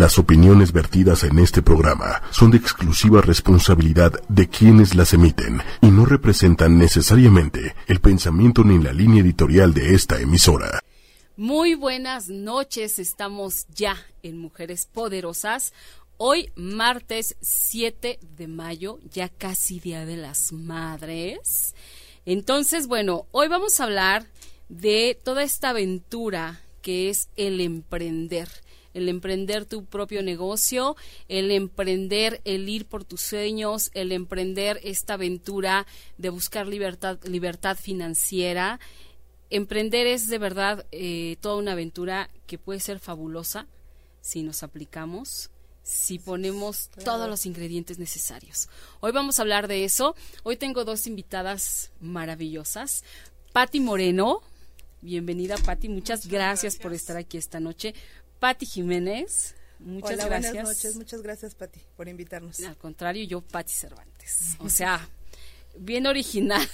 Las opiniones vertidas en este programa son de exclusiva responsabilidad de quienes las emiten y no representan necesariamente el pensamiento ni la línea editorial de esta emisora. Muy buenas noches, estamos ya en Mujeres Poderosas. Hoy, martes 7 de mayo, ya casi Día de las Madres. Entonces, bueno, hoy vamos a hablar de toda esta aventura que es el emprender tu propio negocio, el emprender, el ir por tus sueños, el emprender esta aventura de buscar libertad financiera. Emprender es de verdad toda una aventura que puede ser fabulosa si nos aplicamos, si ponemos todos los ingredientes necesarios. Hoy vamos a hablar de eso. Hoy tengo dos invitadas maravillosas. Pati Moreno, bienvenida Pati, muchas gracias por estar aquí esta noche. Pati Jiménez, muchas gracias. Buenas noches, muchas gracias Pati por invitarnos. Al contrario, yo Pati Cervantes, o sea, bien originales.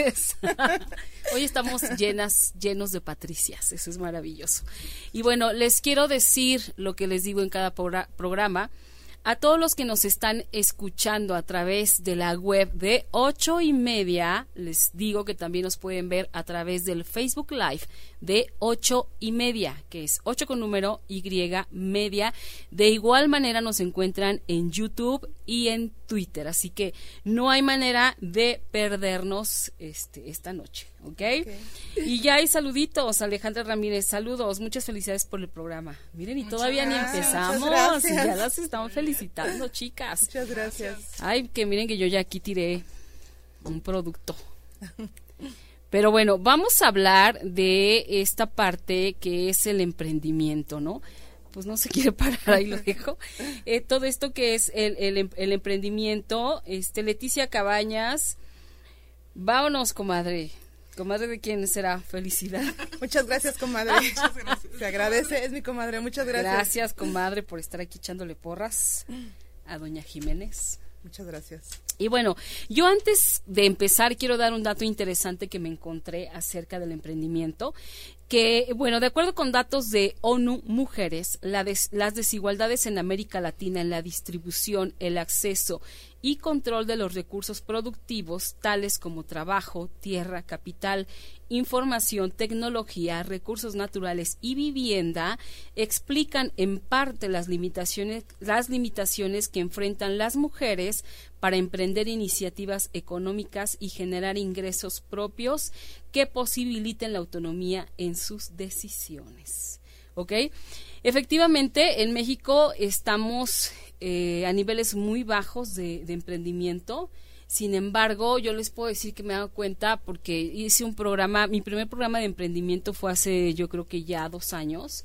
Hoy estamos llenos de patricias, eso es maravilloso. Y bueno, les quiero decir lo que les digo en cada programa. A todos los que nos están escuchando a través de la web de 8:30, les digo que también nos pueden ver a través del Facebook Live de 8:30, que es 8 con número Y media. De igual manera nos encuentran en YouTube y en Twitter, así que no hay manera de perdernos esta noche, ¿ok? Y ya hay saluditos. Alejandra Ramírez, saludos, muchas felicidades por el programa. Miren, y todavía ni empezamos, y ya las estamos felicitando, chicas. Muchas gracias. Ay, que miren que yo ya aquí tiré un producto. Pero bueno, vamos a hablar de esta parte que es el emprendimiento, ¿no? Pues no se quiere parar, ahí lo dejo. Todo esto que es el emprendimiento, Leticia Cabañas, vámonos, comadre. Comadre, ¿de quién será? Felicidad. Muchas gracias, comadre. Muchas gracias. Se agradece, es mi comadre, muchas gracias. Gracias, comadre, por estar aquí echándole porras a doña Jiménez. Muchas gracias. Y bueno, yo antes de empezar quiero dar un dato interesante que me encontré acerca del emprendimiento, que, bueno, de acuerdo con datos de ONU Mujeres, las desigualdades en América Latina en la distribución, el acceso y control de los recursos productivos, tales como trabajo, tierra, capital, información, tecnología, recursos naturales y vivienda, explican en parte las limitaciones que enfrentan las mujeres para emprender iniciativas económicas y generar ingresos propios que posibiliten la autonomía en sus decisiones. ¿Ok? Efectivamente, en México estamos a niveles muy bajos de emprendimiento. Sin embargo, yo les puedo decir que me he dado cuenta porque hice un programa, mi primer programa de emprendimiento fue hace, yo creo que ya 2 años.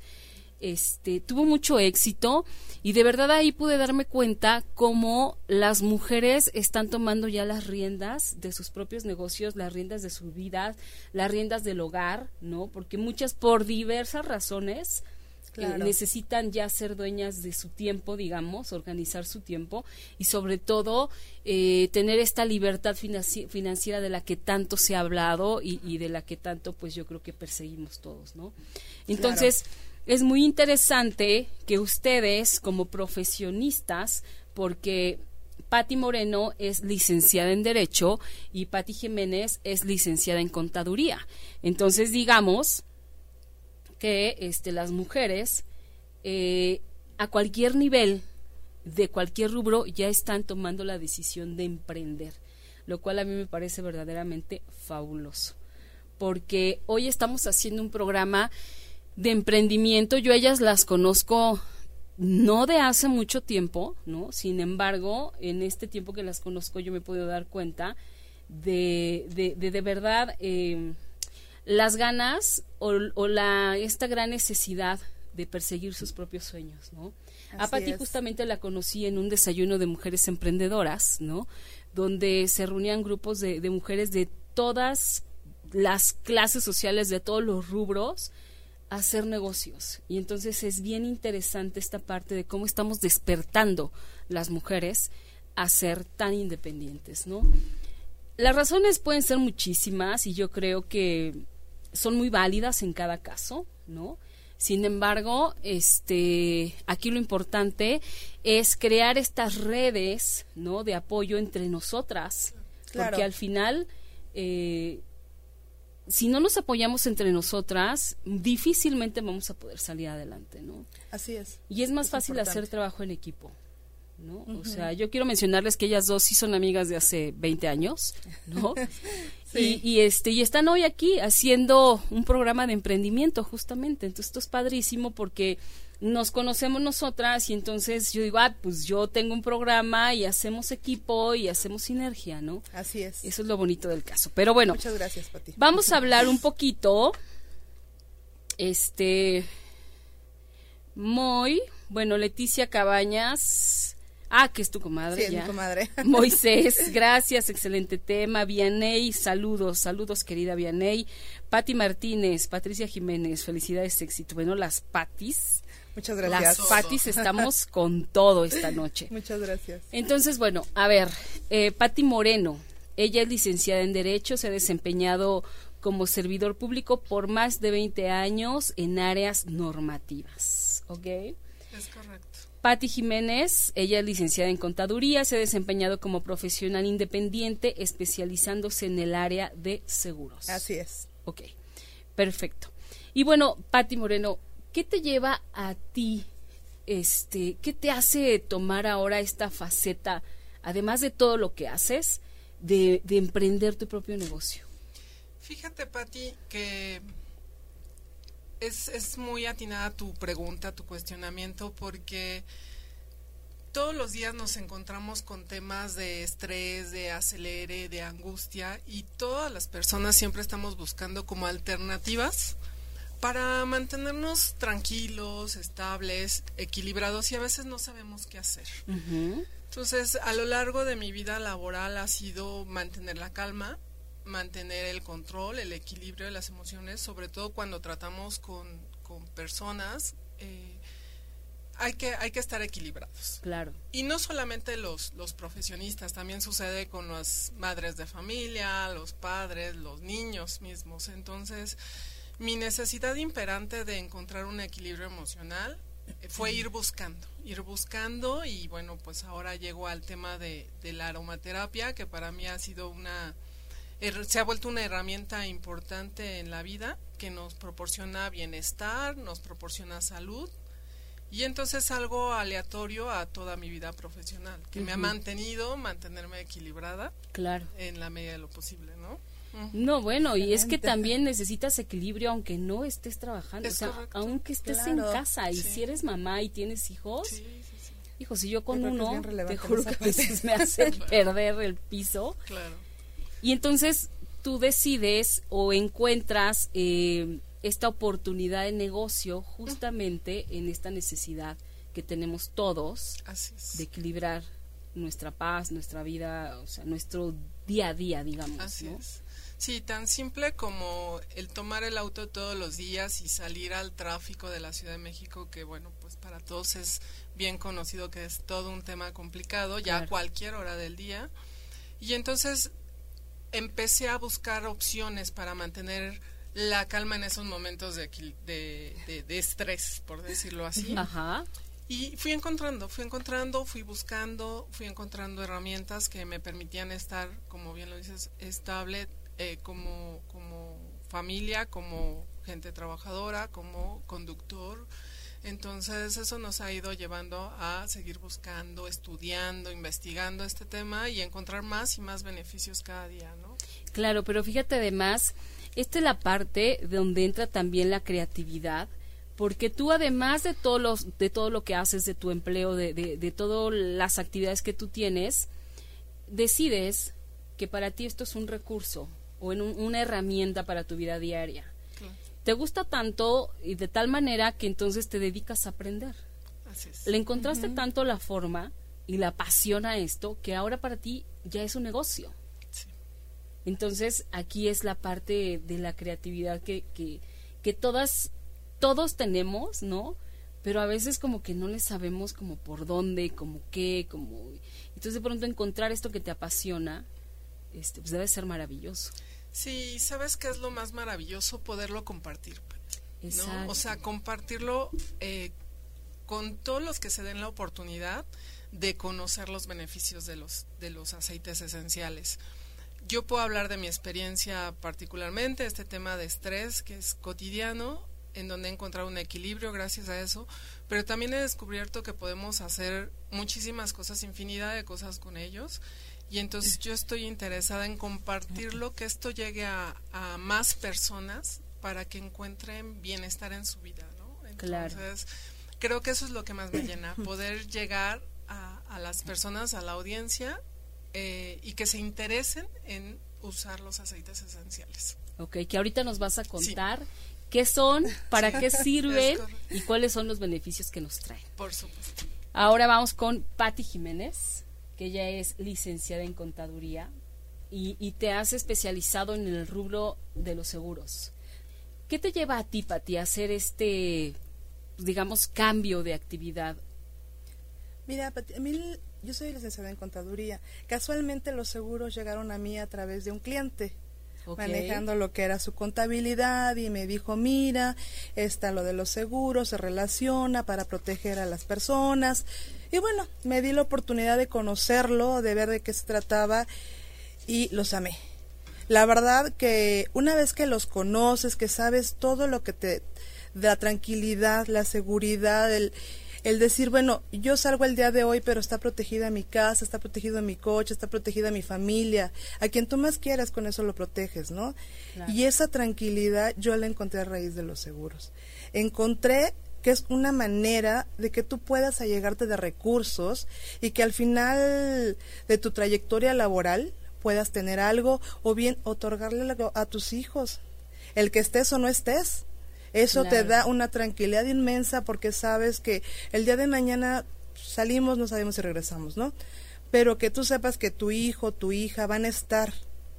Tuvo mucho éxito y de verdad ahí pude darme cuenta cómo las mujeres están tomando ya las riendas de sus propios negocios, las riendas de su vida, las riendas del hogar, ¿no? Porque muchas, por diversas razones, claro, necesitan ya ser dueñas de su tiempo, digamos, organizar su tiempo y sobre todo tener esta libertad financiera de la que tanto se ha hablado y de la que tanto, pues yo creo que perseguimos todos, ¿no? Entonces, claro, es muy interesante que ustedes como profesionistas, porque Pati Moreno es licenciada en Derecho y Pati Jiménez es licenciada en Contaduría. Entonces, digamos que las mujeres a cualquier nivel, de cualquier rubro, ya están tomando la decisión de emprender, lo cual a mí me parece verdaderamente fabuloso, porque hoy estamos haciendo un programa de emprendimiento. Yo a ellas las conozco no de hace mucho tiempo, ¿no? Sin embargo, en este tiempo que las conozco yo me he podido dar cuenta de verdad las ganas o esta gran necesidad de perseguir sus propios sueños, ¿no? A Pati justamente la conocí en un desayuno de mujeres emprendedoras, ¿no? Donde se reunían grupos de mujeres de todas las clases sociales, de todos los rubros, a hacer negocios. Y entonces es bien interesante esta parte de cómo estamos despertando las mujeres a ser tan independientes, ¿no? Las razones pueden ser muchísimas y yo creo que son muy válidas en cada caso, ¿no? Sin embargo, aquí lo importante es crear estas redes, ¿no?, de apoyo entre nosotras, Claro. porque al final, si no nos apoyamos entre nosotras, difícilmente vamos a poder salir adelante, ¿no? Así es. Y es más fácil importante. hacer trabajo en equipo, ¿no? O sea, yo quiero mencionarles que ellas dos sí son amigas de hace 20 años, ¿no? Sí. Y están hoy aquí haciendo un programa de emprendimiento justamente. Entonces esto es padrísimo porque nos conocemos nosotras y entonces yo digo, pues yo tengo un programa y hacemos equipo y hacemos sinergia, ¿no? Así es. Eso es lo bonito del caso. Pero bueno, Muchas gracias, Pati. vamos a hablar un poquito, Leticia Cabañas, que es tu comadre. Sí, es ya. mi comadre. Moisés, gracias, excelente tema. Vianey, saludos querida Vianey. Pati Martínez, Patricia Jiménez, felicidades, éxito. Bueno, las Patis, Muchas gracias. las Patis estamos con todo esta noche. Muchas gracias. Entonces, bueno, a ver, Pati Moreno, ella es licenciada en Derecho, se ha desempeñado como servidor público por más de 20 años en áreas normativas, ¿ok? Es correcto. Pati Jiménez, ella es licenciada en Contaduría, se ha desempeñado como profesional independiente, especializándose en el área de seguros. Así es. Ok, perfecto. Y bueno, Pati Moreno, ¿qué te lleva a ti, qué te hace tomar ahora esta faceta, además de todo lo que haces, de emprender tu propio negocio? Fíjate, Pati, que es muy atinada tu pregunta, tu cuestionamiento, porque todos los días nos encontramos con temas de estrés, de acelere, de angustia, y todas las personas siempre estamos buscando como alternativas para mantenernos tranquilos, estables, equilibrados, y a veces no sabemos qué hacer. Uh-huh. Entonces, a lo largo de mi vida laboral ha sido mantener la calma, mantener el control, el equilibrio de las emociones, sobre todo cuando tratamos con personas, hay que estar equilibrados. Claro. Y no solamente los profesionistas, también sucede con las madres de familia, los padres, los niños mismos. Entonces, mi necesidad imperante de encontrar un equilibrio emocional fue ir buscando, y bueno, pues ahora llego al tema de la aromaterapia, que para mí ha sido se ha vuelto una herramienta importante en la vida, que nos proporciona bienestar, nos proporciona salud, y entonces algo aleatorio a toda mi vida profesional, que me ha mantenerme equilibrada, Claro. en la medida de lo posible, ¿no? No, bueno, y es que también necesitas equilibrio aunque no estés trabajando, Es o sea, correcto. aunque estés Claro. en casa, y Sí. si eres mamá y tienes hijos, Sí, sí, sí, hijo, si yo con Yo creo que es uno, bien te relevante juro esa que a parte. veces me hace perder el piso. claro. Y entonces tú decides o encuentras esta oportunidad de negocio justamente en esta necesidad que tenemos todos Así es. de equilibrar nuestra paz, nuestra vida, o sea, nuestro día a día, digamos, Así ¿no? es. Sí, tan simple como el tomar el auto todos los días y salir al tráfico de la Ciudad de México, que bueno, pues para todos es bien conocido que es todo un tema complicado, ya Claro. a cualquier hora del día. Y entonces empecé a buscar opciones para mantener la calma en esos momentos de estrés, por decirlo así. Ajá. Y fui encontrando, fui encontrando herramientas que me permitían estar, como bien lo dices, estable, como familia, como gente trabajadora, como conductor. Entonces eso nos ha ido llevando a seguir buscando, estudiando, investigando este tema y encontrar más y más beneficios cada día, ¿no? Claro, pero fíjate además, esta es la parte donde entra también la creatividad, porque tú además de todo lo que haces, de tu empleo, de todas las actividades que tú tienes, decides que para ti esto es un recurso o una herramienta para tu vida diaria. Claro. Te gusta tanto y de tal manera que entonces te dedicas a aprender. Así es. Le encontraste tanto la forma y la pasión a esto que ahora para ti ya es un negocio. Sí. Entonces aquí es la parte de la creatividad que todos tenemos, ¿no? Pero a veces como que no le sabemos como por dónde, como qué, como... Entonces de pronto encontrar esto que te apasiona, pues debe ser maravilloso. Sí, ¿sabes qué es lo más maravilloso? Poderlo compartir. ¿no? O sea, compartirlo con todos los que se den la oportunidad de conocer los beneficios de los aceites esenciales. Yo puedo hablar de mi experiencia particularmente, este tema de estrés que es cotidiano, en donde he encontrado un equilibrio gracias a eso, pero también he descubierto que podemos hacer muchísimas cosas, infinidad de cosas con ellos, y entonces yo estoy interesada en compartirlo, que esto llegue a más personas para que encuentren bienestar en su vida, ¿no? Entonces, creo que eso es lo que más me llena, poder llegar a las personas, a la audiencia, y que se interesen en usar los aceites esenciales. Ok, que ahorita nos vas a contar qué son, para qué sirven y cuáles son los beneficios que nos traen. Por supuesto. Ahora vamos con Patti Jiménez, que ella es licenciada en contaduría y te has especializado en el rubro de los seguros. ¿Qué te lleva a ti, Patti, a hacer digamos, cambio de actividad? Mira, Patti, yo soy licenciada en contaduría. Casualmente los seguros llegaron a mí a través de un cliente, manejando lo que era su contabilidad, y me dijo, mira, lo de los seguros se relaciona para proteger a las personas. Y bueno, me di la oportunidad de conocerlo, de ver de qué se trataba, y los amé. La verdad que una vez que los conoces, que sabes todo lo que te da tranquilidad, la seguridad, el decir, bueno, yo salgo el día de hoy, pero está protegida mi casa, está protegido mi coche, está protegida mi familia, a quien tú más quieras, con eso lo proteges, ¿no? Claro. Y esa tranquilidad yo la encontré a raíz de los seguros. Encontré que es una manera de que tú puedas allegarte de recursos y que al final de tu trayectoria laboral puedas tener algo, o bien otorgarle algo a tus hijos, el que estés o no estés. Eso te da una tranquilidad inmensa, porque sabes que el día de mañana salimos, no sabemos si regresamos, ¿no? Pero que tú sepas que tu hijo, tu hija van a estar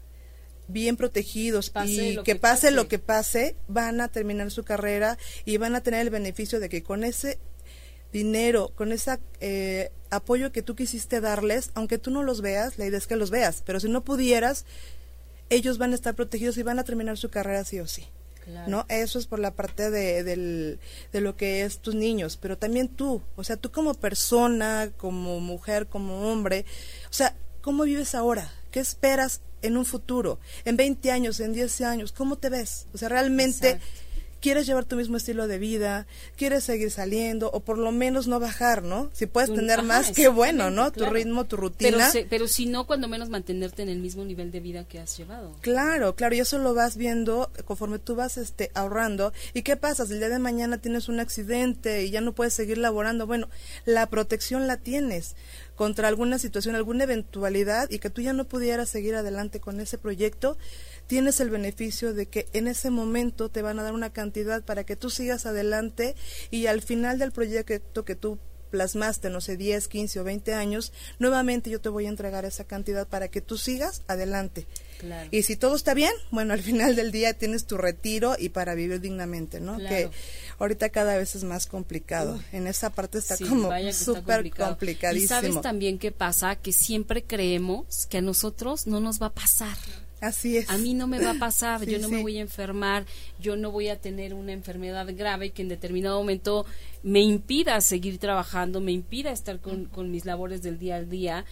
bien protegidos, y que pase lo que pase, van a terminar su carrera y van a tener el beneficio de que con ese dinero, con ese apoyo que tú quisiste darles, aunque tú no los veas, la idea es que los veas, pero si no pudieras, ellos van a estar protegidos y van a terminar su carrera sí o sí. Claro. ¿No? Eso es por la parte de lo que es tus niños, pero también tú, o sea, tú como persona, como mujer, como hombre, o sea, ¿cómo vives ahora? ¿Qué esperas en un futuro? En 20 años, en 10 años, ¿cómo te ves? O sea, realmente... Exacto. ¿Quieres llevar tu mismo estilo de vida? ¿Quieres seguir saliendo? O por lo menos no bajar, ¿no? Si puedes tener más, qué bueno, ¿no? Claro. Tu ritmo, tu rutina. Pero si no, cuando menos mantenerte en el mismo nivel de vida que has llevado. Claro, y eso lo vas viendo conforme tú vas ahorrando. ¿Y qué pasa? Si el día de mañana tienes un accidente y ya no puedes seguir laborando, bueno, la protección la tienes contra alguna situación, alguna eventualidad, y que tú ya no pudieras seguir adelante con ese proyecto, tienes el beneficio de que en ese momento te van a dar una cantidad para que tú sigas adelante, y al final del proyecto que tú plasmaste, no sé, 10, 15 o 20 años, nuevamente yo te voy a entregar esa cantidad para que tú sigas adelante. Claro. Y si todo está bien, bueno, al final del día tienes tu retiro y para vivir dignamente, ¿no? Claro. Que ahorita cada vez es más complicado. En esa parte está como súper complicadísimo. Y sabes también qué pasa, que siempre creemos que a nosotros no nos va a pasar. Así es. A mí no me va a pasar, yo no me voy a enfermar, yo no voy a tener una enfermedad grave que en determinado momento me impida seguir trabajando, me impida estar con mis labores del día al día.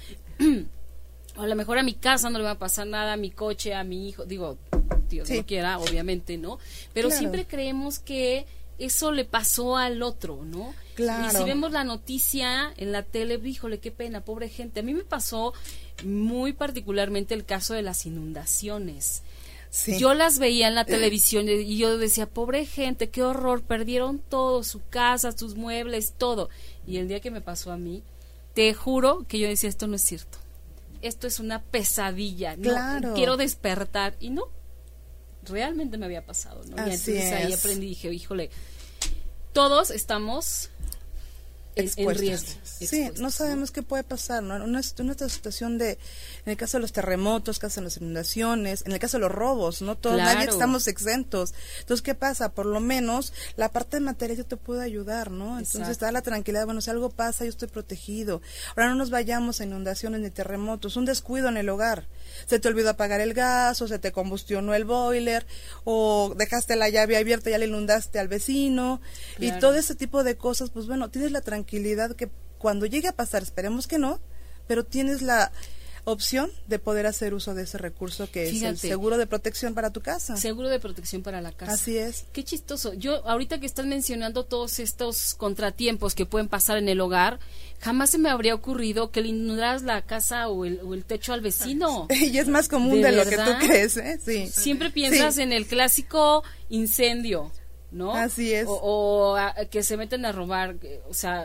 O a lo mejor a mi casa no le va a pasar nada, a mi coche, a mi hijo, digo, Dios no quiera, obviamente, ¿no? Pero siempre creemos que eso le pasó al otro, ¿no? Claro. Y si vemos la noticia en la tele, híjole, qué pena, pobre gente. A mí me pasó muy particularmente el caso de las inundaciones. Sí. Yo las veía en la televisión y yo decía, pobre gente, qué horror, perdieron todo, su casa, sus muebles, todo. Y el día que me pasó a mí, te juro que yo decía, esto no es cierto. Esto es una pesadilla, no quiero despertar. Y no, realmente me había pasado, ¿no? Y entonces ahí aprendí y dije, híjole, todos estamos en riesgo. Sí, no sabemos qué puede pasar, ¿no? Una situación en el caso de los terremotos, en el caso de las inundaciones, en el caso de los robos, ¿no? Nadie estamos exentos. Entonces, ¿qué pasa? Por lo menos la parte material yo te puedo ayudar, ¿no? Entonces, te da la tranquilidad, bueno, si algo pasa, yo estoy protegido. Ahora no nos vayamos a inundaciones ni terremotos, un descuido en el hogar. Se te olvidó apagar el gas, o se te combustionó el boiler, o dejaste la llave abierta y ya le inundaste al vecino, y todo ese tipo de cosas, pues bueno, tienes la tranquilidad que cuando llegue a pasar, esperemos que no, pero tienes la opción de poder hacer uso de ese recurso que es el seguro de protección para tu casa. Seguro de protección para la casa. Así es. Qué chistoso. Yo, ahorita que estás mencionando todos estos contratiempos que pueden pasar en el hogar, jamás se me habría ocurrido que le inundaras la casa o el techo al vecino. Y es más común de lo que tú crees, ¿eh? Sí. Siempre piensas en el clásico incendio, ¿no? Así es. O que se meten a robar, o sea,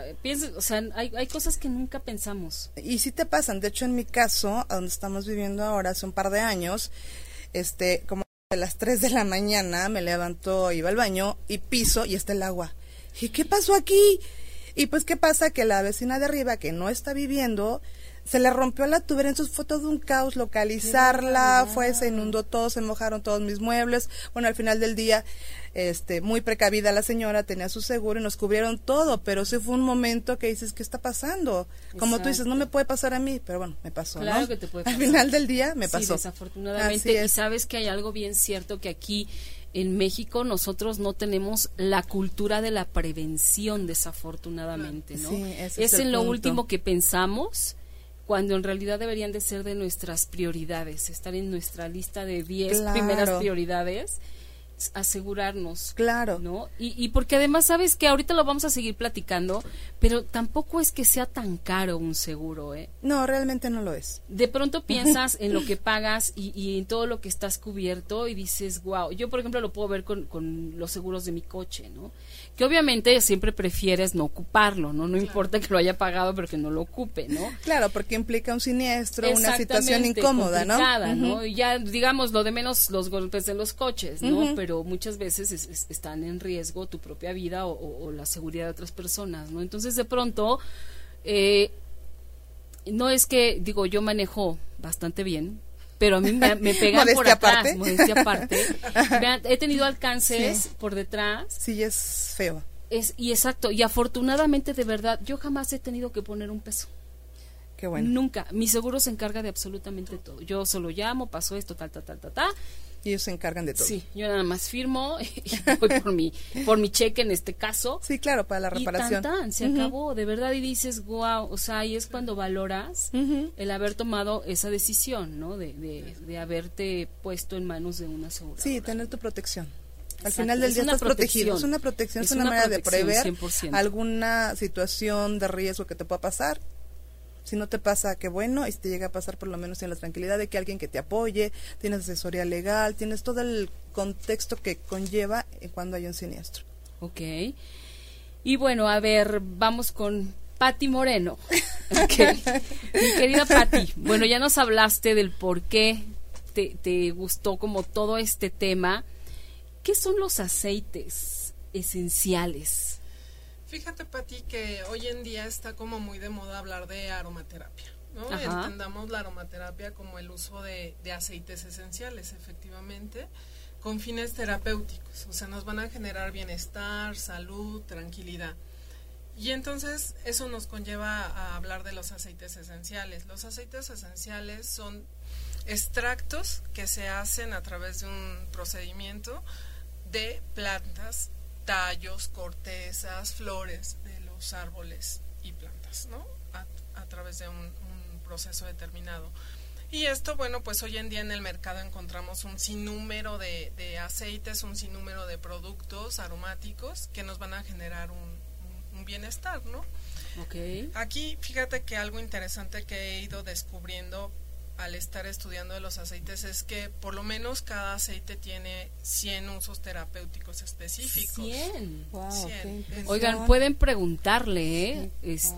hay cosas que nunca pensamos. Y sí te pasan. De hecho, en mi caso, a donde estamos viviendo ahora, hace un par de años, como a las 3 de la mañana me levanto, iba al baño y piso y está el agua. ¿Y qué pasó aquí? Y pues, ¿qué pasa? Que la vecina de arriba, que no está viviendo, se le rompió la tubería, entonces fue todo un caos localizarla, se inundó todo, se mojaron todos mis muebles. Bueno, al final del día, muy precavida la señora, tenía su seguro y nos cubrieron todo, pero sí fue un momento que dices, ¿qué está pasando? Como tú dices, no me puede pasar a mí, pero bueno, me pasó, claro, ¿no? Que te puede pasar. Al final del día me pasó. Sí, desafortunadamente, y sabes que hay algo bien cierto, que aquí en México nosotros no tenemos la cultura de la prevención, desafortunadamente, ¿no? Sí, es en lo último que pensamos, cuando en realidad deberían de ser de nuestras prioridades, estar en nuestra lista de 10 primeras prioridades, asegurarnos, claro, ¿no? Y porque además sabes que ahorita lo vamos a seguir platicando, pero tampoco es que sea tan caro un seguro, ¿eh? No, realmente no lo es. De pronto piensas en lo que pagas y en todo lo que estás cubierto y dices, wow, yo por ejemplo lo puedo ver con los seguros de mi coche, ¿no? Que obviamente siempre prefieres no ocuparlo, ¿no? No importa que lo haya pagado, pero que no lo ocupe, ¿no? Claro, porque implica un siniestro, una situación incómoda, ¿no? Y ya, digamos, lo de menos los golpes de los coches, ¿no? Pero muchas veces están en riesgo tu propia vida o la seguridad de otras personas, ¿no? Entonces, de pronto, no es que, digo, yo manejo bastante bien, pero a mí me pegan por atrás, modestia aparte. He tenido alcances por detrás. Sí, es feo. Y exacto, y afortunadamente, de verdad, yo jamás he tenido que poner un peso. Qué bueno. Nunca. Mi seguro se encarga de absolutamente todo. Yo solo llamo, pasó esto, Y ellos se encargan de todo. Sí, yo nada más firmo y voy por mi cheque en este caso. Sí, claro, para la reparación. Y se acabó, de verdad, y dices, wow, o sea, ahí es cuando valoras el haber tomado esa decisión, ¿no? De haberte puesto en manos de una aseguradora. Sí, tener tu protección. Al final del día estás protegido. Es una protección, es una manera de prever 100%. Alguna situación de riesgo que te pueda pasar. Si no te pasa, qué bueno, y si te llega a pasar, por lo menos tienes la tranquilidad de que alguien que te apoye, tienes asesoría legal, tienes todo el contexto que conlleva cuando hay un siniestro. Ok. Y bueno, a ver, vamos con Pati Moreno. Okay. Mi querida Pati, bueno, ya nos hablaste del por qué te gustó como todo este tema. ¿Qué son los aceites esenciales? Fíjate, Pati, que hoy en día está como muy de moda hablar de aromaterapia, ¿no? Ajá. Entendamos la aromaterapia como el uso de aceites esenciales, efectivamente, con fines terapéuticos, o sea, nos van a generar bienestar, salud, tranquilidad. Y entonces eso nos conlleva a hablar de los aceites esenciales. Los aceites esenciales son extractos que se hacen a través de un procedimiento de plantas, tallos, cortezas, flores de los árboles y plantas, ¿no? A través de un proceso determinado. Y esto, bueno, pues hoy en día en el mercado encontramos un sinnúmero de aceites, un sinnúmero de productos aromáticos que nos van a generar un bienestar, ¿no? Okay. Aquí, fíjate que algo interesante que he ido descubriendo al estar estudiando de los aceites es que por lo menos cada aceite tiene 100 usos terapéuticos específicos. 100. Wow, 100. Oigan, pueden preguntarle,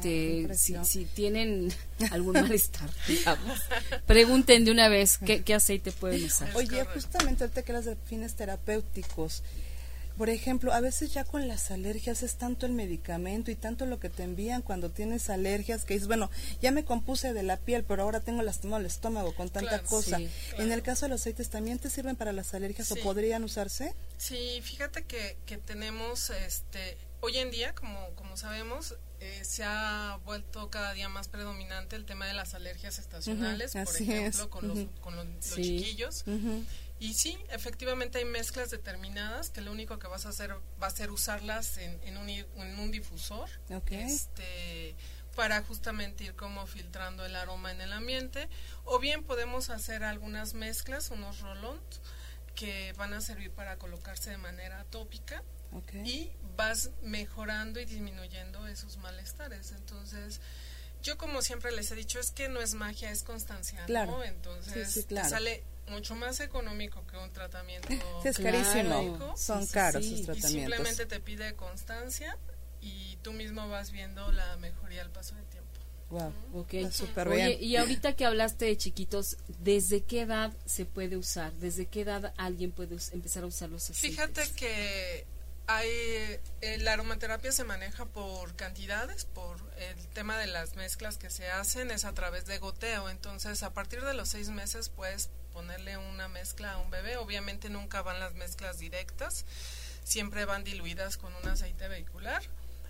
si tienen algún malestar, digamos. Pregunten de una vez qué aceite pueden usar. Oye, justamente ahorita que hablas de fines terapéuticos, Por ejemplo, a veces ya con las alergias es tanto el medicamento y tanto lo que te envían cuando tienes alergias que dices, bueno, ya me compuse de la piel, pero ahora tengo lastimado el estómago con tanta cosa. Sí, claro. En el caso de los aceites, ¿también te sirven para las alergias o podrían usarse? Sí, fíjate que tenemos, hoy en día, como sabemos, se ha vuelto cada día más predominante el tema de las alergias estacionales, por ejemplo, con los chiquillos. Y sí, efectivamente hay mezclas determinadas que lo único que vas a hacer va a ser usarlas en un difusor, para justamente ir como filtrando el aroma en el ambiente, o bien podemos hacer algunas mezclas, unos roll-ons que van a servir para colocarse de manera tópica, y vas mejorando y disminuyendo esos malestares. Entonces, yo como siempre les he dicho, es que no es magia, es constancia, ¿no? Entonces, te sale mucho más económico que un tratamiento. Sí, es carísimo. Son caros sus tratamientos. Y simplemente te pide constancia y tú mismo vas viendo la mejoría al paso del tiempo. Wow, okay. Súper bien. Oye, y ahorita que hablaste de chiquitos, ¿desde qué edad se puede usar? ¿Desde qué edad alguien puede empezar a usar los aceites? Fíjate que la aromaterapia se maneja por cantidades, por el tema de las mezclas que se hacen es a través de goteo. Entonces, a partir de los 6 meses puedes ponerle una mezcla a un bebé. Obviamente nunca van las mezclas directas, siempre van diluidas con un aceite vehicular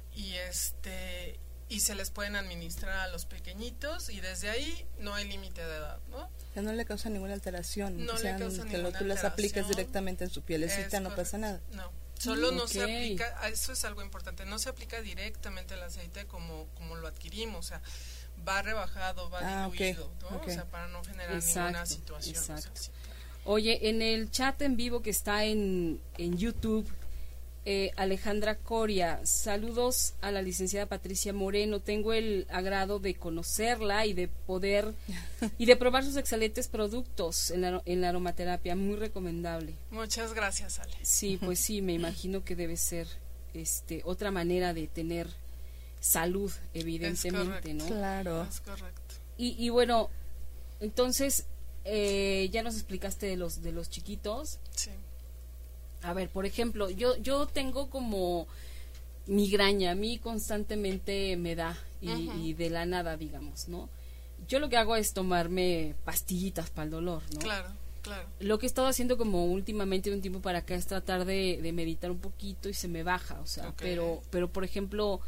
y se les pueden administrar a los pequeñitos, y desde ahí no hay límite de edad, ¿no? Ya no le causa ninguna alteración, no le causa que tú las apliques directamente en su pielecita, no pasa nada. No, solo no se aplica, eso es algo importante, no se aplica directamente el aceite como lo adquirimos, o sea, va rebajado, va diluido, ¿no? O sea, para no generar ninguna situación. Exacto. O sea, oye, en el chat en vivo que está en YouTube, Alejandra Coria, saludos a la licenciada Patricia Moreno, tengo el agrado de conocerla y de poder y de probar sus excelentes productos en la aromaterapia, muy recomendable. Muchas gracias, Ale. Sí, pues sí, me imagino que debe ser otra manera de tener salud, evidentemente, ¿no? Claro. Es correcto. Y bueno, entonces ya nos explicaste de los chiquitos. Sí. A ver, por ejemplo, yo tengo como migraña, a mí constantemente me da y de la nada, digamos, ¿no? Yo lo que hago es tomarme pastillitas para el dolor, ¿no? Claro, claro. Lo que he estado haciendo como últimamente de un tiempo para acá es tratar de meditar un poquito y se me baja, o sea, pero por ejemplo,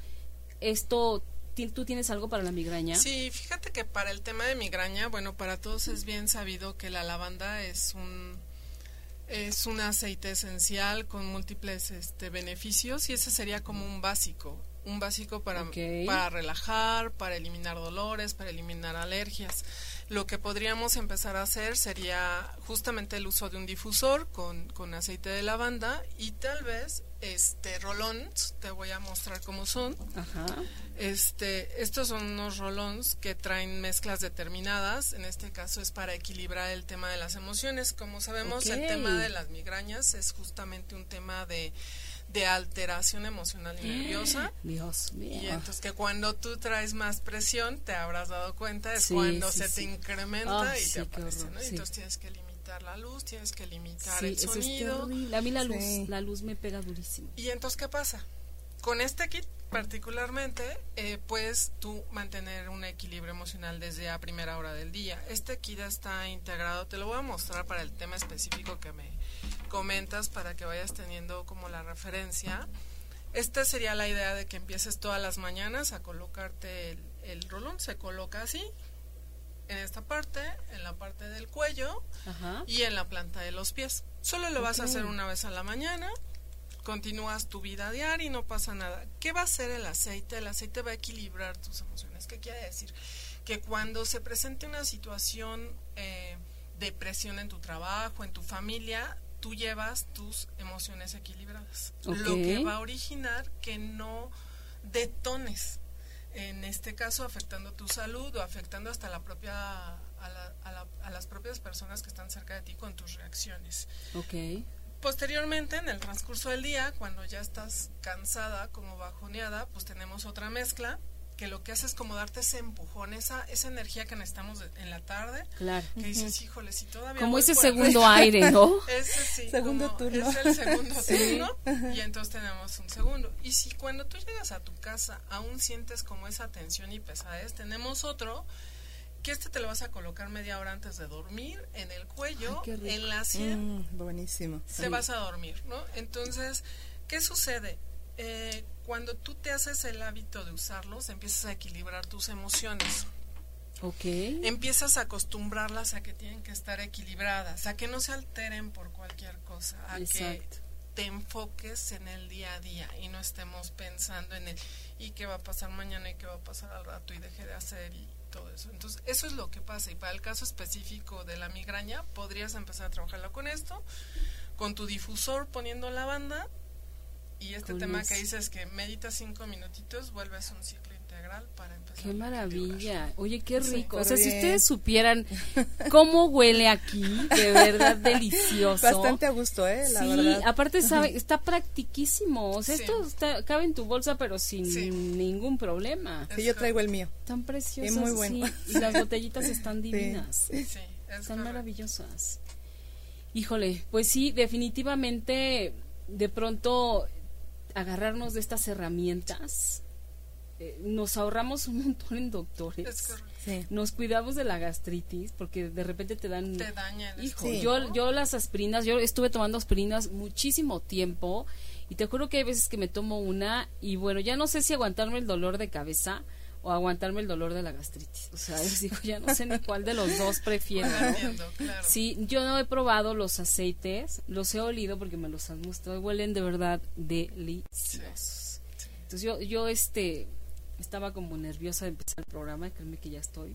¿tú tienes algo para la migraña? Sí, fíjate que para el tema de migraña, bueno, para todos es bien sabido que la lavanda es un aceite esencial con múltiples beneficios, y ese sería como un básico para relajar, para eliminar dolores, para eliminar alergias. Lo que podríamos empezar a hacer sería justamente el uso de un difusor con aceite de lavanda, y tal vez rolons, te voy a mostrar cómo son. Ajá. Estos son unos rolons que traen mezclas determinadas. En este caso es para equilibrar el tema de las emociones. Como sabemos, el tema de las migrañas es justamente un tema de alteración emocional y nerviosa. Dios mío. Y entonces que cuando tú traes más presión, te habrás dado cuenta, es cuando se te incrementa y te aparece, ¿no? Entonces tienes que limitar la luz, tienes que limitar el sonido. A mí la luz me pega durísimo. Y entonces, ¿qué pasa? Con este kit particularmente, puedes tú mantener un equilibrio emocional desde a primera hora del día. Este kit está integrado, te lo voy a mostrar para el tema específico que me comentas, para que vayas teniendo como la referencia. Esta sería la idea de que empieces todas las mañanas a colocarte el rolón. Se coloca así, en esta parte, en la parte del cuello. Ajá. Y en la planta de los pies. Solo lo vas a hacer una vez a la mañana. Continúas tu vida diaria y no pasa nada. ¿Qué va a hacer el aceite? El aceite va a equilibrar tus emociones. ¿Qué quiere decir? Que cuando se presente una situación de presión en tu trabajo, en tu familia, tú llevas tus emociones equilibradas. Lo que va a originar que no detones, en este caso afectando tu salud o afectando hasta la propia a las propias personas que están cerca de ti con tus reacciones. Posteriormente, en el transcurso del día, cuando ya estás cansada, como bajoneada, pues tenemos otra mezcla que lo que hace es como darte ese empujón, esa energía que necesitamos en la tarde, claro. que dices, híjole, si todavía como ese por segundo aire, ¿no? Ese sí, segundo turno. Es el segundo turno, y entonces tenemos un segundo. Y si cuando tú llegas a tu casa aún sientes como esa tensión y pesadez, tenemos otro, que te lo vas a colocar media hora antes de dormir, en el cuello, en la sien. Buenísimo. Te vas a dormir, ¿no? Entonces, ¿qué sucede? Cuando tú te haces el hábito de usarlos, empiezas a equilibrar tus emociones. Okay. Empiezas a acostumbrarlas a que tienen que estar equilibradas, a que no se alteren por cualquier cosa, a que te enfoques en el día a día y no estemos pensando en el y qué va a pasar mañana y qué va a pasar al rato y dejé de hacer y todo eso. Entonces, eso es lo que pasa. Y para el caso específico de la migraña, podrías empezar a trabajarlo con esto, con tu difusor poniendo lavanda. Y este tema que dices que meditas 5 minutitos, vuelves un ciclo integral para empezar. ¡Qué maravilla! Oye, qué rico. Sí, o sea, bien. si ustedes supieran cómo huele aquí, de verdad delicioso. Bastante a gusto, la verdad. Sí, aparte está practiquísimo. O sea, Sí. esto cabe en tu bolsa, pero sin ningún problema. Sí, yo traigo el mío. Tan preciosos. Es muy bueno. Sí, y las botellitas están divinas. Sí, Están maravillosas. Híjole, pues sí, definitivamente, de pronto agarrarnos de estas herramientas, nos ahorramos un montón en doctores. Sí. Nos cuidamos de la gastritis porque de repente te daña el estómago. Sí. yo las aspirinas, yo estuve tomando aspirinas muchísimo tiempo y te juro que hay veces que me tomo una y bueno, ya no sé si aguantarme el dolor de cabeza o aguantarme el dolor de la gastritis. O sea, les digo, ya no sé ni cuál de los dos prefiero, ¿no? Entiendo, claro. Sí, yo no he probado los aceites, los he olido porque me los han mostrado, huelen de verdad deliciosos. Sí. Entonces yo estaba como nerviosa de empezar el programa, créeme que ya estoy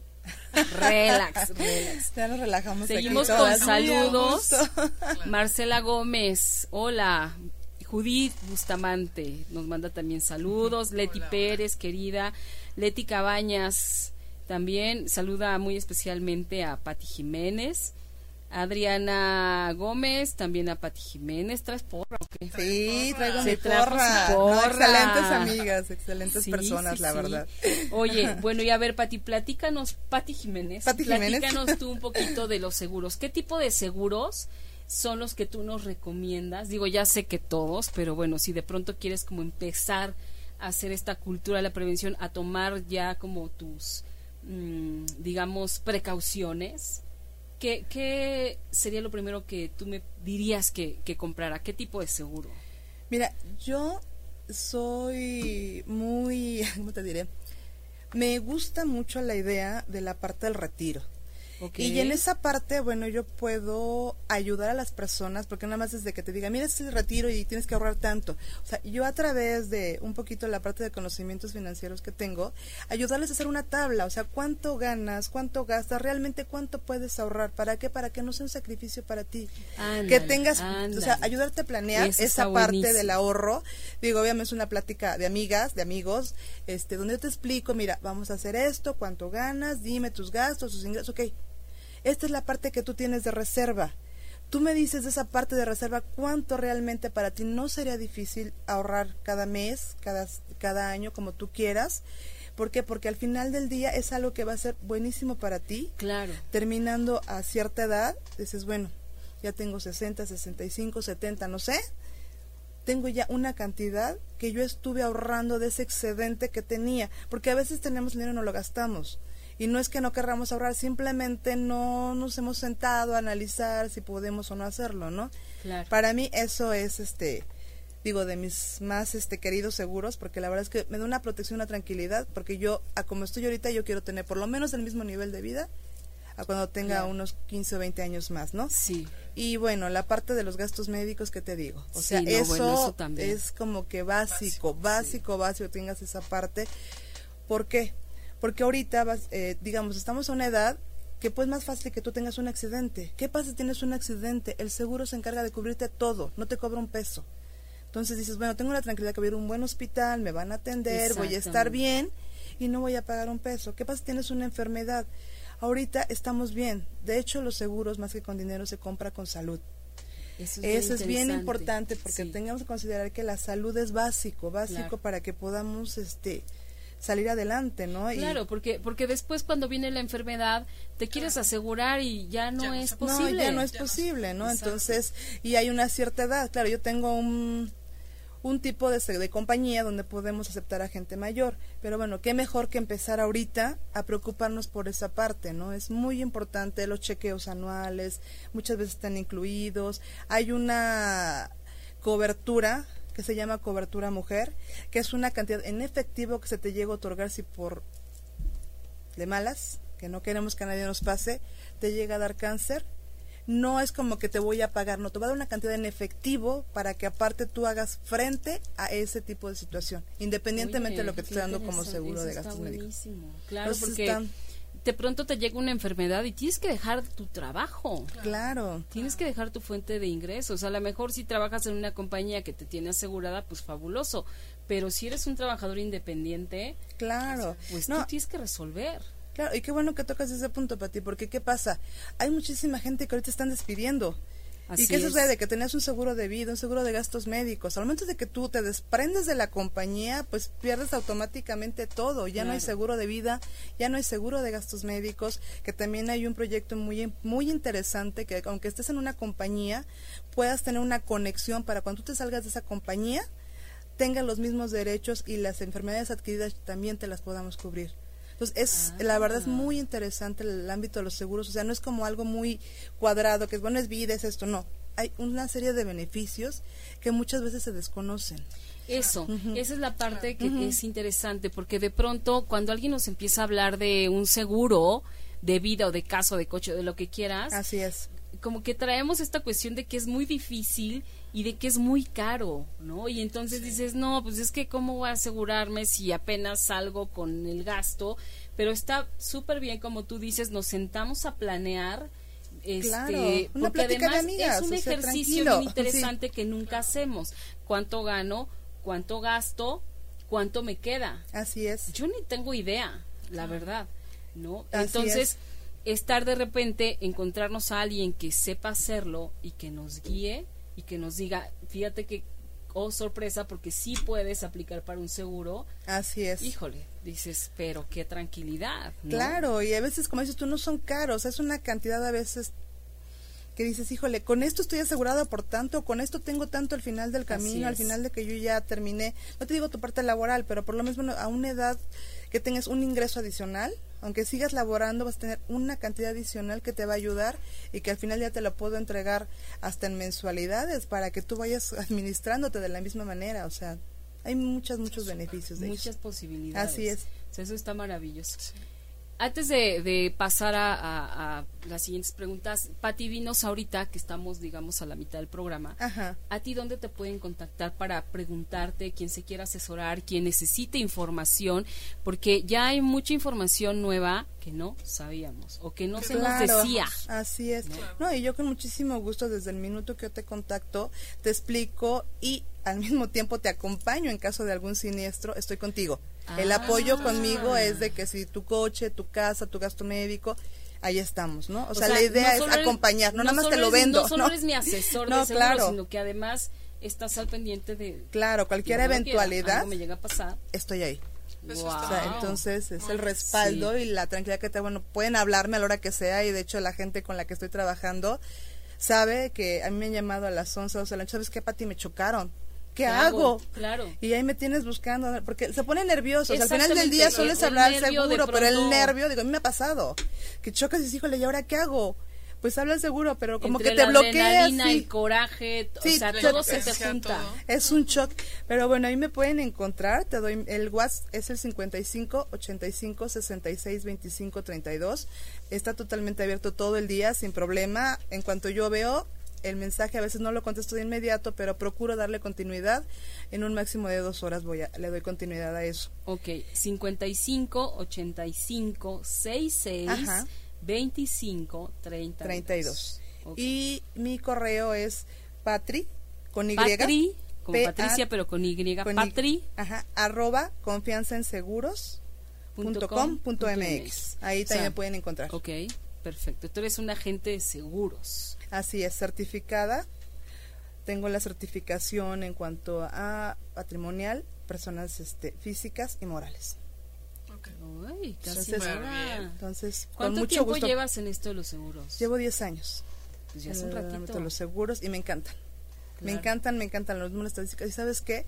relax. Ya nos relajamos. Seguimos aquí con todas. saludos. Claro. Marcela Gómez, hola. Judith Bustamante nos manda también saludos. Leti Hola, Pérez, querida. Leti Cabañas también saluda muy especialmente a Pati Jiménez. Adriana Gómez, también a Pati Jiménez. ¿Traes porra o qué? Sí, traigo Se mi trajo porra. su porra. Excelentes amigas, excelentes Sí, personas, sí, la sí. verdad. Oye, bueno, y a ver, Pati, Pati Jiménez, Jiménez. platícanos tú un poquito de los seguros. ¿Qué tipo de seguros son los que tú nos recomiendas? Digo, ya sé que todos, pero bueno, si de pronto quieres como empezar a hacer esta cultura de la prevención, a tomar ya como tus, digamos, precauciones, ¿qué sería lo primero que tú me dirías que comprara? ¿Qué tipo de seguro? Mira, yo soy muy, ¿cómo te diré? Me gusta mucho la idea de la parte del retiro. Okay. Y en esa parte, bueno, yo puedo ayudar a las personas, porque nada más es de que te diga, mira, este es el retiro y tienes que ahorrar tanto. O sea, yo a través de un poquito la parte de conocimientos financieros que tengo, ayudarles a hacer una tabla, o sea, cuánto ganas, cuánto gastas, realmente cuánto puedes ahorrar, ¿para qué? Para que no sea un sacrificio para ti. Ándale, Que tengas, ándale. o sea, ayudarte a planear Eso esa está parte buenísimo. del ahorro. Digo, obviamente es una plática de amigas, de amigos, donde yo te explico, mira, vamos a hacer esto, cuánto ganas, dime tus gastos, tus ingresos, ok. Esta es la parte que tú tienes de reserva. Tú me dices de esa parte de reserva cuánto realmente para ti no sería difícil ahorrar cada mes, cada año, como tú quieras. ¿Por qué? Porque al final del día es algo que va a ser buenísimo para ti. Claro. Terminando a cierta edad, dices, bueno, ya tengo 60, 65, 70, no sé. Tengo ya una cantidad que yo estuve ahorrando de ese excedente que tenía. Porque a veces tenemos dinero y no lo gastamos. Y no es que no querramos ahorrar, simplemente no nos hemos sentado a analizar si podemos o no hacerlo, ¿no? Claro. Para mí eso es, digo, de mis más queridos seguros, porque la verdad es que me da una protección, una tranquilidad, porque yo, a como estoy ahorita, yo quiero tener por lo menos el mismo nivel de vida a cuando tenga Claro. unos 15 o 20 años más, ¿no? Sí. Y bueno, la parte de los gastos médicos, ¿qué te digo? O sea, Sí, no, eso, bueno, eso también. es como que básico, tengas esa parte. ¿Por qué? Porque ahorita, digamos, estamos a una edad que pues más fácil que tú tengas un accidente. ¿Qué pasa si tienes un accidente? El seguro se encarga de cubrirte todo, no te cobra un peso. Entonces dices, bueno, tengo la tranquilidad que voy a ir a un buen hospital, me van a atender, voy a estar bien y no voy a pagar un peso. ¿Qué pasa si tienes una enfermedad? Ahorita estamos bien. De hecho, los seguros, más que con dinero, se compra con salud. Eso es bien importante porque tengamos que considerar que la salud es básico claro. para que podamos salir adelante, ¿no? Claro, porque después cuando viene la enfermedad te quieres asegurar y ya no es posible. No, ya no es posible, ¿no? Entonces, y hay una cierta edad, claro, yo tengo un tipo de compañía donde podemos aceptar a gente mayor, pero bueno, qué mejor que empezar ahorita a preocuparnos por esa parte, ¿no? Es muy importante los chequeos anuales, muchas veces están incluidos, hay una cobertura que se llama cobertura mujer, que es una cantidad en efectivo que se te llega a otorgar si por de malas, que no queremos que a nadie nos pase, te llega a dar cáncer. No es como que te voy a pagar, no, te va a dar una cantidad en efectivo para que aparte tú hagas frente a ese tipo de situación, independientemente de lo que te esté dando como seguro de gastos médicos. Claro, porque de pronto te llega una enfermedad y tienes que dejar tu trabajo. Claro. Tienes que dejar tu fuente de ingresos. A lo mejor si trabajas en una compañía que te tiene asegurada, pues fabuloso. Pero si eres un trabajador independiente, claro, pues tú tienes que resolver. Claro, y qué bueno que tocas ese punto, Pati, porque ¿qué pasa? Hay muchísima gente que ahorita están despidiendo. ¿Y qué sucede? Que tenías un seguro de vida, un seguro de gastos médicos. Al momento de que tú te desprendes de la compañía, pues pierdes automáticamente todo. Ya no hay seguro de vida, ya no hay seguro de gastos médicos, que también hay un proyecto muy interesante, que aunque estés en una compañía, puedas tener una conexión para cuando tú te salgas de esa compañía, tengas los mismos derechos y las enfermedades adquiridas también te las podamos cubrir. Entonces, la verdad es muy interesante el ámbito de los seguros, o sea, no es como algo muy cuadrado, que es bueno, es vida, es esto, no. Hay una serie de beneficios que muchas veces se desconocen. Eso, esa es la parte que es interesante, porque de pronto cuando alguien nos empieza a hablar de un seguro de vida o de casa o de coche o de lo que quieras, así es, como que traemos esta cuestión de que es muy difícil y de que es muy caro, ¿no? Y entonces dices, no, pues es que cómo voy a asegurarme si apenas salgo con el gasto, pero está súper bien, como tú dices, nos sentamos a planear, claro, una porque plática además de amigas, es un ejercicio tranquilo, muy interesante que nunca hacemos. ¿Cuánto gano? ¿Cuánto gasto? ¿Cuánto me queda? Así es. Yo ni tengo idea, la verdad, ¿no? Así entonces, estar de repente, encontrarnos a alguien que sepa hacerlo y que nos guíe y que nos diga, fíjate que, oh sorpresa, porque sí puedes aplicar para un seguro. Así es. Híjole, dices, pero qué tranquilidad, ¿no? Claro, y a veces, como dices tú, no son caros, es una cantidad a veces que dices, híjole, con esto estoy asegurada por tanto, con esto tengo tanto al final del camino, al final de que yo ya terminé, no te digo tu parte laboral, pero por lo menos a una edad que tengas un ingreso adicional, aunque sigas laborando, vas a tener una cantidad adicional que te va a ayudar y que al final ya te lo puedo entregar hasta en mensualidades para que tú vayas administrándote de la misma manera, o sea, hay muchos beneficios de muchas eso. Posibilidades. Así es. O sea, eso está maravilloso. Sí. Antes de pasar a las siguientes preguntas, Pati, dinos ahorita que estamos, digamos, a la mitad del programa, ¿a ti dónde te pueden contactar para preguntarte, quien se quiera asesorar, quien necesite información? Porque ya hay mucha información nueva que no sabíamos o que no se nos decía. Así es. No, y yo con muchísimo gusto, desde el minuto que yo te contacto, te explico y al mismo tiempo te acompaño en caso de algún siniestro, estoy contigo. El apoyo conmigo es de que si tu coche, tu casa, tu gasto médico, ahí estamos, ¿no? O sea, la idea es acompañar, no nada más te lo vendo. No solo eres mi asesor de seguro, sino que además estás al pendiente de... Claro, cualquier eventualidad, algo me llega a pasar, estoy ahí. Wow. O sea, entonces es el respaldo y la tranquilidad que te, bueno, pueden hablarme a la hora que sea y de hecho la gente con la que estoy trabajando sabe que a mí me han llamado a las 11, 12 de la noche, ¿sabes qué, Pati? Me chocaron. ¿Qué hago? Claro. Y ahí me tienes buscando, porque se ponen nerviosos. Al final del día sueles hablar seguro, pero el nervio, digo, a mí me ha pasado, que chocas y dices, híjole, ¿y ahora qué hago? Pues habla seguro, pero como entre que te bloqueas. Sí. El coraje, o sea, todo se te junta. Es un shock. Pero bueno, ahí me pueden encontrar, te doy el WhatsApp, es el 55 85 66 25 32. Está totalmente abierto todo el día, sin problema. En cuanto yo veo el mensaje, a veces no lo contesto de inmediato, pero procuro darle continuidad. En un máximo de 2 horas le doy continuidad a eso. Ok, 55 85 66 25 32. Okay. Y mi correo es Patri con Y. Patri, como Patricia, pero con Y. Patri. @ confianzaenseguros.com.mx. Ahí también me pueden encontrar. Ok, perfecto. Tú eres un agente de seguros. Así es, certificada. Tengo la certificación en cuanto a patrimonial, personas físicas y morales. Uy, casi Entonces, nada. Entonces, con ¿Cuánto mucho tiempo gusto. llevas en esto de los seguros? Llevo 10 años. Pues ya es un en el ámbito ratito. de los seguros y me encantan. Claro. Me encantan los números estadísticos. ¿Y sabes qué?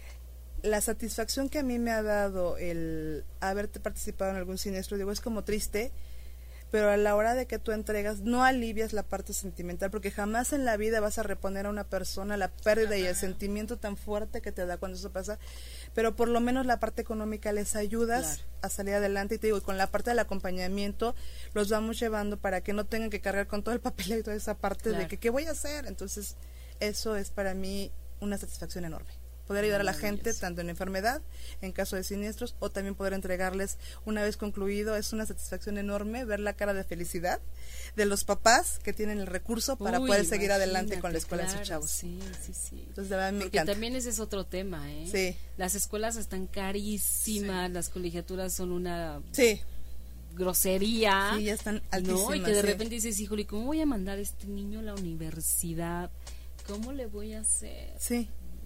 La satisfacción que a mí me ha dado el haberte participado en algún siniestro, digo, es como triste, pero a la hora de que tú entregas, no alivias la parte sentimental, porque jamás en la vida vas a reponer a una persona la pérdida y el sentimiento tan fuerte que te da cuando eso pasa, pero por lo menos la parte económica les ayudas a salir adelante, y te digo, y con la parte del acompañamiento los vamos llevando para que no tengan que cargar con todo el papel y toda esa parte de que ¿qué voy a hacer? Entonces, eso es para mí una satisfacción enorme. Poder ayudar a la gente, tanto en enfermedad, en caso de siniestros, o también poder entregarles una vez concluido. Es una satisfacción enorme ver la cara de felicidad de los papás que tienen el recurso para poder seguir adelante con la escuela de sus chavos. Sí. Entonces, de verdad, me Porque encanta. también ese es otro tema, ¿eh? Sí. Las escuelas están carísimas, las colegiaturas son una Sí. grosería. Sí, ya están altísimas. ¿no? Y que de sí. repente dices, híjole, ¿cómo voy a mandar a este niño a la universidad? ¿Cómo le voy a hacer? Sí,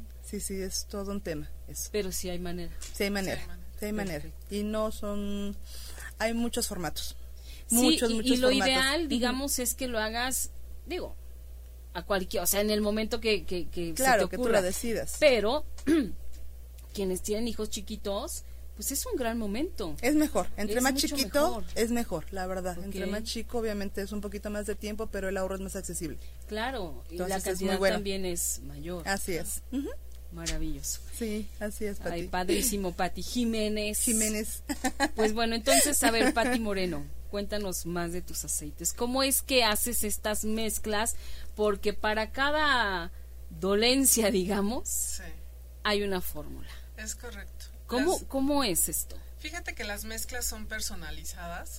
es todo un tema eso. Pero sí hay manera. Sí hay manera. Perfecto. Y no son... Hay muchos formatos. Sí, Muchos y formatos. lo ideal, digamos, es que lo hagas, digo, a cualquier, o sea, en el momento que Claro, se te que tú ocurra. lo decidas. Pero quienes tienen hijos chiquitos, pues es un gran momento. Es mejor, entre Es más mucho chiquito mejor. es mejor, la verdad. Ok. Entre más chico obviamente es un poquito más de tiempo, pero el ahorro es más accesible. Claro, y Entonces la es muy cantidad bueno. también es mayor. Así es. Ujú. Maravilloso. Sí, así es, Pati. Ay, padrísimo, Pati Jiménez. Jiménez. Pues bueno, entonces, a ver, Pati Moreno, cuéntanos más de tus aceites. ¿Cómo es que haces estas mezclas? Porque para cada dolencia, digamos, Sí, hay una fórmula. es correcto. ¿Cómo es esto? Fíjate que las mezclas son personalizadas.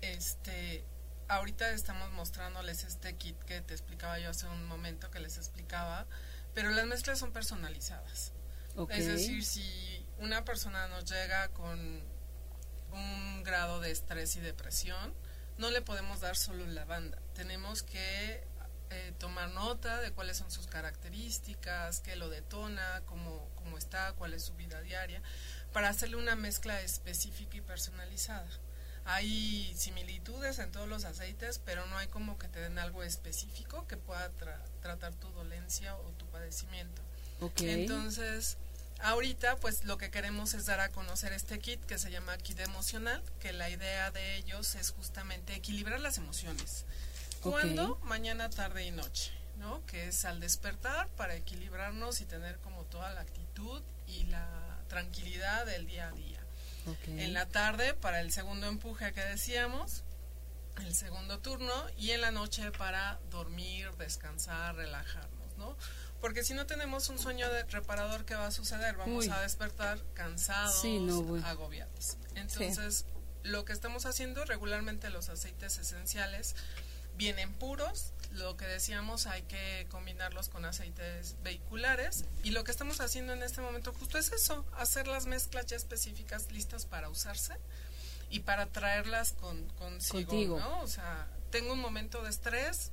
Ahorita estamos mostrándoles este kit que te explicaba yo hace un momento, que les explicaba, pero las mezclas son personalizadas. Okay. Es decir, si una persona nos llega con un grado de estrés y depresión, no le podemos dar solo lavanda. Tenemos que tomar nota de cuáles son sus características, qué lo detona, cómo está, cuál es su vida diaria, para hacerle una mezcla específica y personalizada. Hay similitudes en todos los aceites, pero no hay como que te den algo específico que pueda tratar tu dolencia o tu padecimiento. Okay. Entonces, ahorita pues lo que queremos es dar a conocer este kit que se llama Kit Emocional, que la idea de ellos es justamente equilibrar las emociones. ¿Cuándo? Mañana, tarde y noche, ¿no? Que es al despertar para equilibrarnos y tener como toda la actitud y la tranquilidad del día a día. Okay. En la tarde para el segundo empuje que decíamos, el segundo turno, y en la noche para dormir, descansar, relajarnos, ¿no? Porque si no tenemos un sueño reparador, ¿qué va a suceder? Vamos a despertar cansados, agobiados. Entonces, lo que estamos haciendo regularmente, los aceites esenciales vienen puros. Lo que decíamos, hay que combinarlos con aceites vehiculares, y lo que estamos haciendo en este momento justo es eso, hacer las mezclas ya específicas listas para usarse y para traerlas consigo, ¿no? O sea, tengo un momento de estrés,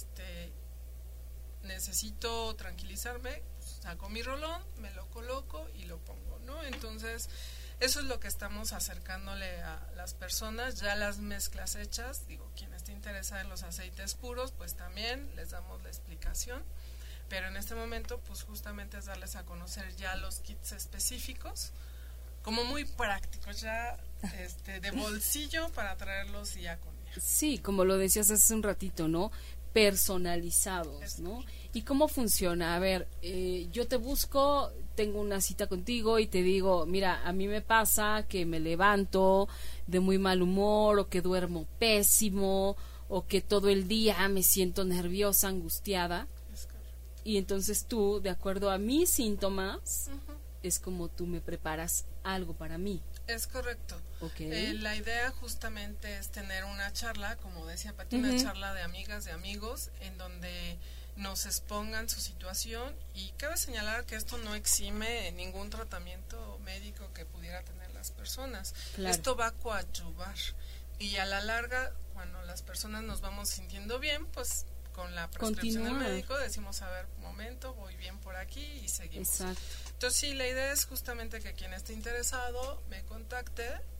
necesito tranquilizarme, pues saco mi rolón, me lo coloco y lo pongo, ¿no? Entonces, eso es lo que estamos acercándole a las personas, ya las mezclas hechas. Digo, quien esté interesado en los aceites puros, pues también les damos la explicación, pero en este momento pues justamente es darles a conocer ya los kits específicos, como muy prácticos, ya de bolsillo para traerlos ya con ellos. Sí, como lo decías hace un ratito, ¿no? Personalizados, ¿no? ¿Y cómo funciona? A ver, yo te busco, tengo una cita contigo y te digo, mira, a mí me pasa que me levanto de muy mal humor, o que duermo pésimo, o que todo el día me siento nerviosa, angustiada. Y entonces tú, de acuerdo a mis síntomas, es como tú me preparas algo para mí. Es correcto. Okay. La idea justamente es tener una charla, como decía Pati, una charla de amigas, de amigos, en donde nos expongan su situación, y cabe señalar que esto no exime ningún tratamiento médico que pudiera tener las personas. Claro. Esto va a coadyuvar, y a la larga, cuando las personas nos vamos sintiendo bien, pues con la prescripción del médico decimos, a ver, momento, voy bien por aquí y seguimos. Exacto. Entonces sí, la idea es justamente que quien esté interesado me contacte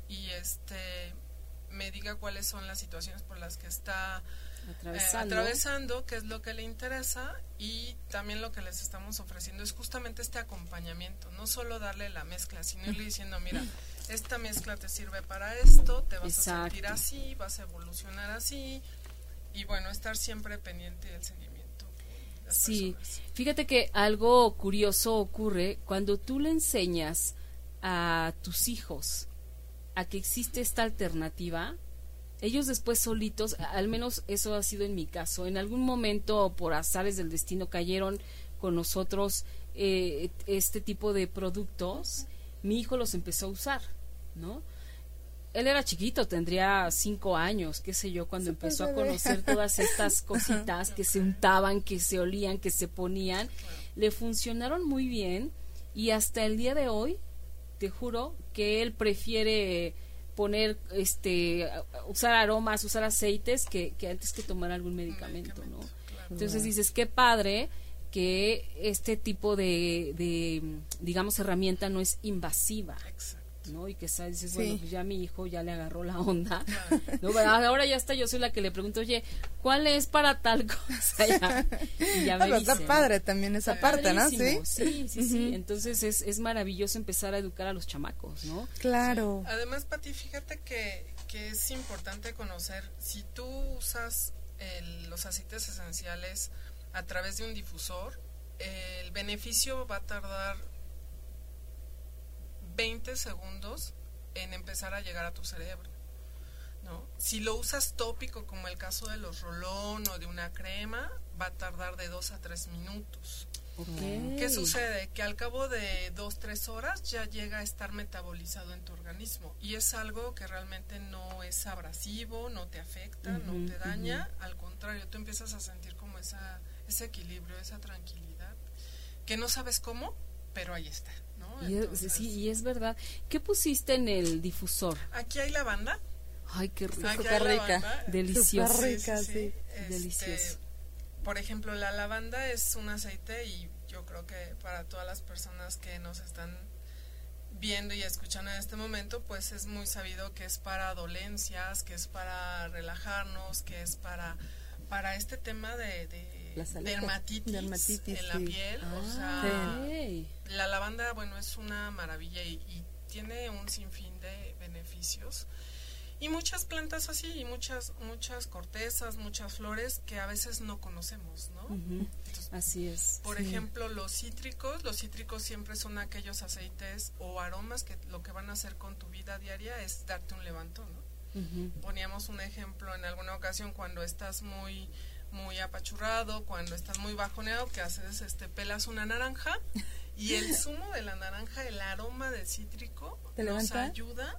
y me diga cuáles son las situaciones por las que está atravesando, qué es lo que le interesa, y también lo que les estamos ofreciendo es justamente este acompañamiento, no solo darle la mezcla, sino irle diciendo, mira, esta mezcla te sirve para esto, te vas a sentir así, vas a evolucionar así, y bueno, estar siempre pendiente del seguimiento. Sí, fíjate que algo curioso ocurre cuando tú le enseñas a tus hijos a que existe esta alternativa. Ellos después solitos, al menos eso ha sido en mi caso, en algún momento por azares del destino cayeron con nosotros este tipo de productos. Mi hijo los empezó a usar, ¿no? Él era chiquito, tendría 5 años, qué sé yo, cuando empezó a conocer todas estas cositas que se untaban, que se olían, que se ponían. Le funcionaron muy bien y hasta el día de hoy, te juro que él prefiere poner, usar aromas, usar aceites que antes que tomar algún medicamento, ¿no? Claro. Entonces dices, qué padre que este tipo de digamos, herramienta no es invasiva. Exacto. ¿No? Y que dices, bueno, pues ya mi hijo ya le agarró la onda, ¿no? Ahora ya está, yo soy la que le pregunto, oye, ¿cuál es para tal cosa? Y ya me dice, está padre también esa parte, ¿no? Sí. Entonces es maravilloso empezar a educar a los chamacos, ¿no? Claro. Sí. Además, Pati, fíjate que es importante conocer, si tú usas los aceites esenciales a través de un difusor, el beneficio va a tardar 20 segundos en empezar a llegar a tu cerebro, ¿no? Si lo usas tópico, como el caso de los rolón o de una crema, va a tardar de 2 a 3 minutos. Okay. ¿Qué sucede? Que al cabo de 2-3 horas ya llega a estar metabolizado en tu organismo, y es algo que realmente no es abrasivo, no te afecta, no te daña, al contrario, tú empiezas a sentir como ese equilibrio, esa tranquilidad, que no sabes cómo, pero ahí está, ¿no? Entonces, y es verdad. ¿Qué pusiste en el difusor? Aquí hay lavanda. Ay, qué rico, qué rica. Deliciosa. Súper rica, sí. Delicioso. Por ejemplo, la lavanda es un aceite, y yo creo que para todas las personas que nos están viendo y escuchando en este momento, pues es muy sabido que es para dolencias, que es para relajarnos, que es para este tema de dermatitis en la piel. O sea, la lavanda, bueno, es una maravilla y tiene un sinfín de beneficios. Y muchas plantas así, y muchas cortezas, muchas flores que a veces no conocemos, ¿no? Entonces, así es. Por ejemplo, los cítricos siempre son aquellos aceites o aromas que lo que van a hacer con tu vida diaria es darte un levantón, ¿no? Poníamos un ejemplo en alguna ocasión cuando estás muy apachurrado, cuando estás muy bajoneado, que haces pelas una naranja y el zumo de la naranja, el aroma del cítrico nos ayuda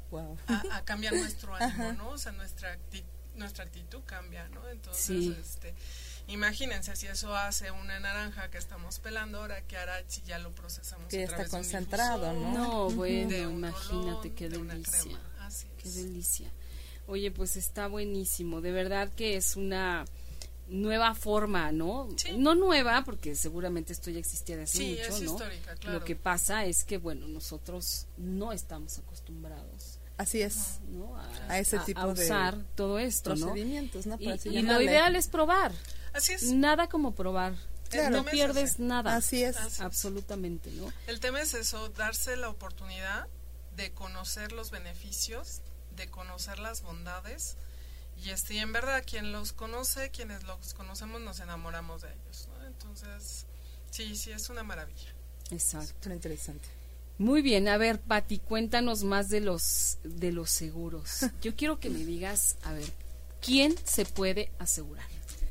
a cambiar nuestro ánimo, ¿no? O sea, nuestra actitud cambia, ¿no? Entonces, imagínense si eso hace una naranja que estamos pelando, ahora qué hará si ya lo procesamos que a través está concentrado, de un difusor, no, bueno, imagínate rolón, qué delicia. Qué es. delicia. Oye, pues está buenísimo, de verdad que es una nueva forma, ¿no? Sí. No nueva, porque seguramente esto ya existía de hace mucho, es ¿no? histórica, claro. Lo que pasa es que, bueno, nosotros no estamos acostumbrados. Así es. ¿No? A ese tipo a usar de todo esto, procedimientos, ¿no? Y lo ideal es probar. Así es. Nada como probar. Claro. No pierdes nada. Así es. Absolutamente, ¿no? El tema es eso, darse la oportunidad de conocer los beneficios, de conocer las bondades, y en verdad quienes los conocemos nos enamoramos de ellos, ¿no? Entonces sí es una maravilla. Exacto. Muy interesante. Muy bien, a ver, Pati, cuéntanos más de los seguros. Yo quiero que me digas, a ver, ¿quién se puede asegurar?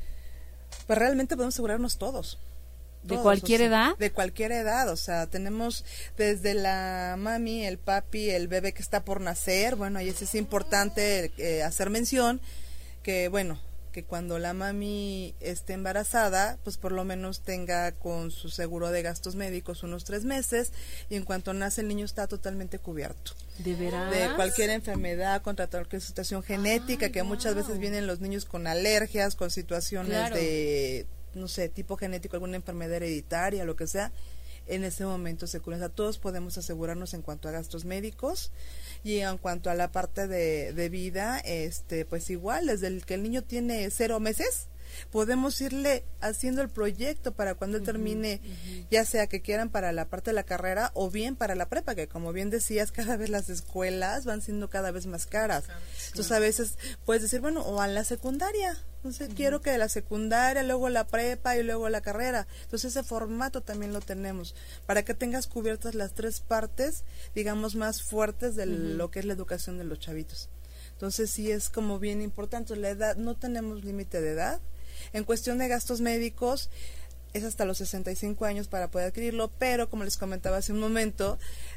Pues realmente podemos asegurarnos todos. ¿De cualquier edad? De cualquier edad, o sea, tenemos desde la mami, el papi, el bebé que está por nacer. Bueno, y eso es importante hacer mención, que bueno, que cuando la mami esté embarazada, pues por lo menos tenga con su seguro de gastos médicos unos 3 meses, y en cuanto nace el niño está totalmente cubierto. ¿De veras? De cualquier enfermedad, contra cualquier situación genética, que muchas veces vienen los niños con alergias, con situaciones de, no sé, tipo genético, alguna enfermedad hereditaria, lo que sea. en ese momento se cubren. O sea, todos podemos asegurarnos en cuanto a gastos médicos y en cuanto a la parte de vida, pues igual, desde el que el niño tiene 0 meses, podemos irle haciendo el proyecto para cuando él termine, ya sea que quieran para la parte de la carrera o bien para la prepa, que como bien decías, cada vez las escuelas van siendo cada vez más caras. Entonces a veces puedes decir, bueno, o a la secundaria, entonces quiero que de la secundaria, luego la prepa y luego la carrera. Entonces ese formato también lo tenemos, para que tengas cubiertas las 3 partes, digamos, más fuertes de lo que es la educación de los chavitos. Entonces sí es como bien importante, la edad, no tenemos límite de edad. En cuestión de gastos médicos, es hasta los 65 años para poder adquirirlo, pero como les comentaba hace un momento,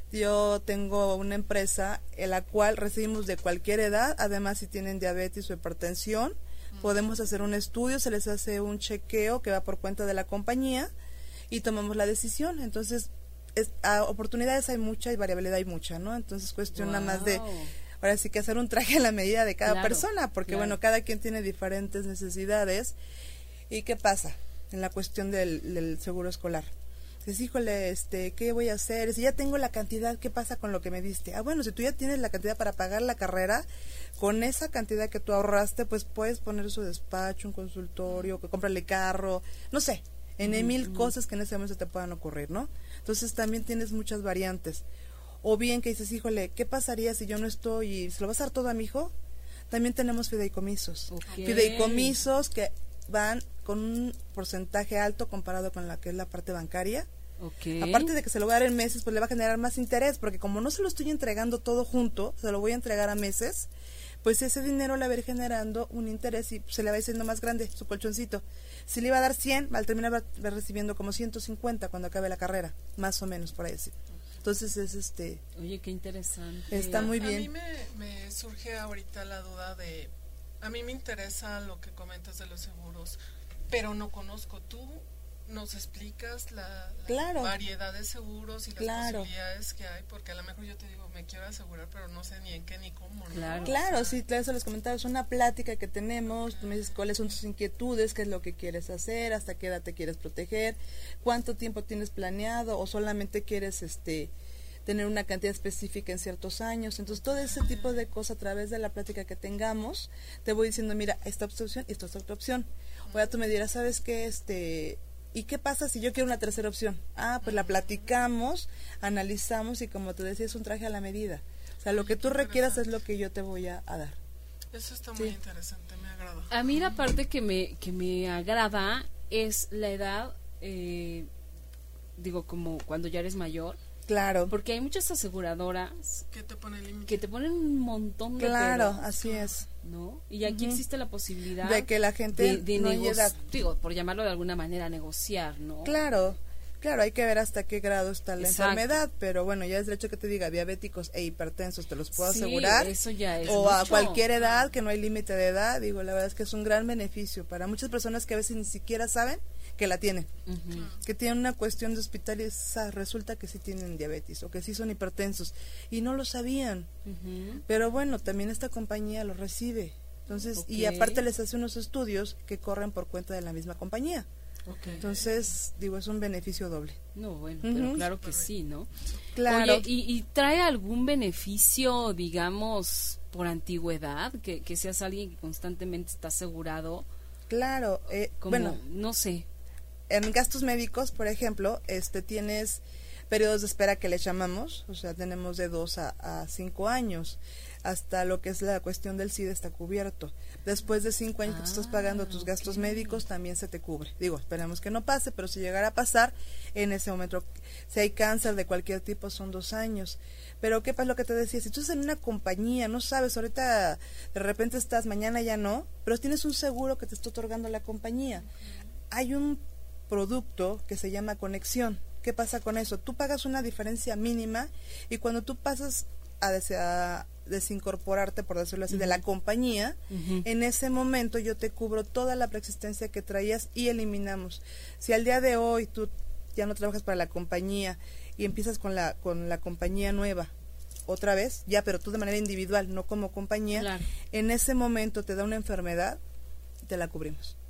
yo tengo una empresa en la cual recibimos de cualquier edad, además si tienen diabetes o hipertensión, podemos hacer un estudio, se les hace un chequeo que va por cuenta de la compañía y tomamos la decisión. Entonces, oportunidades hay mucha y variabilidad hay mucha, ¿no? Entonces cuestión nada más de... Ahora sí que hacer un traje a la medida de cada persona, porque bueno, cada quien tiene diferentes necesidades. ¿Y qué pasa en la cuestión del seguro escolar? Dices, híjole, ¿qué voy a hacer? Si ya tengo la cantidad, ¿qué pasa con lo que me diste? Bueno, si tú ya tienes la cantidad para pagar la carrera, con esa cantidad que tú ahorraste, pues puedes poner su despacho, un consultorio, que cómprale carro, no sé, en 1000 cosas que en ese momento te puedan ocurrir, ¿no? Entonces también tienes muchas variantes. O bien que dices, híjole, ¿qué pasaría si yo no estoy y se lo vas a dar todo a mi hijo? También tenemos fideicomisos. Fideicomisos que van con un porcentaje alto comparado con la que es la parte bancaria. Aparte de que se lo va a dar en meses, pues le va a generar más interés, porque como no se lo estoy entregando todo junto, se lo voy a entregar a meses, pues ese dinero le va a ir generando un interés y se le va a ir siendo más grande su colchoncito. Si le iba a dar 100, al terminar va recibiendo como 150 cuando acabe la carrera, más o menos por ahí así. Entonces es Oye, qué interesante. Está muy bien. A mí me surge ahorita la duda de, a mí me interesa lo que comentas de los seguros, pero no conozco. ¿Tú nos explicas la variedad de seguros y las posibilidades que hay? Porque a lo mejor yo te digo, me quiero asegurar, pero no sé ni en qué ni cómo, ¿no? Claro, sí, eso les comentaba, es una plática que tenemos, tú me dices cuáles son tus inquietudes, qué es lo que quieres hacer, hasta qué edad te quieres proteger, cuánto tiempo tienes planeado o solamente quieres tener una cantidad específica en ciertos años. Entonces todo ese tipo de cosas a través de la plática que tengamos, te voy diciendo, mira, esta opción y esta es otra opción. O ya tú me dirás, ¿sabes qué? ¿Y qué pasa si yo quiero una tercera opción? Pues la platicamos, analizamos y como te decía, es un traje a la medida. O sea, lo que tú requieras es lo que yo te voy a dar. Eso está muy interesante, me agrada. A mí la parte que me agrada es la edad, digo, como cuando ya eres mayor. Claro. Porque hay muchas aseguradoras que te ponen límites. Que te ponen un montón de Claro, así es. ¿No? Y aquí existe la posibilidad de que la gente digo, por llamarlo de alguna manera, negociar, ¿no? Claro, hay que ver hasta qué grado está la enfermedad, pero bueno, ya es el hecho que te diga diabéticos e hipertensos, te los puedo asegurar. Eso ya es o a cualquier edad, que no hay límite de edad, digo, la verdad es que es un gran beneficio para muchas personas que a veces ni siquiera saben que la tienen, que tienen una cuestión de hospital y resulta que sí tienen diabetes o que sí son hipertensos y no lo sabían, pero bueno, también esta compañía lo recibe, entonces, y aparte les hace unos estudios que corren por cuenta de la misma compañía. Entonces, digo, es un beneficio doble. No, bueno, pero claro que sí, ¿no? Claro. Oye, ¿y trae algún beneficio, digamos, por antigüedad? Que seas alguien que constantemente está asegurado. Claro, bueno, no sé. En gastos médicos, por ejemplo, tienes periodos de espera que le llamamos, o sea, tenemos de 2 a 5 años, hasta lo que es la cuestión del SIDA está cubierto. Después de 5 años que tú estás pagando tus gastos médicos, también se te cubre. Digo, esperemos que no pase, pero si llegara a pasar, en ese momento, si hay cáncer de cualquier tipo, son 2 años. Pero ¿qué pasa lo que te decía? Si tú estás en una compañía, no sabes, ahorita de repente estás, mañana ya no, pero tienes un seguro que te está otorgando la compañía. Hay un producto que se llama conexión. ¿Qué pasa con eso? Tú pagas una diferencia mínima y cuando tú pasas a desincorporarte, por decirlo así, de la compañía, en ese momento yo te cubro toda la preexistencia que traías y eliminamos. Si al día de hoy tú ya no trabajas para la compañía y empiezas con la compañía nueva otra vez, ya, pero tú de manera individual, no como compañía, en ese momento te da una enfermedad, te la cubrimos.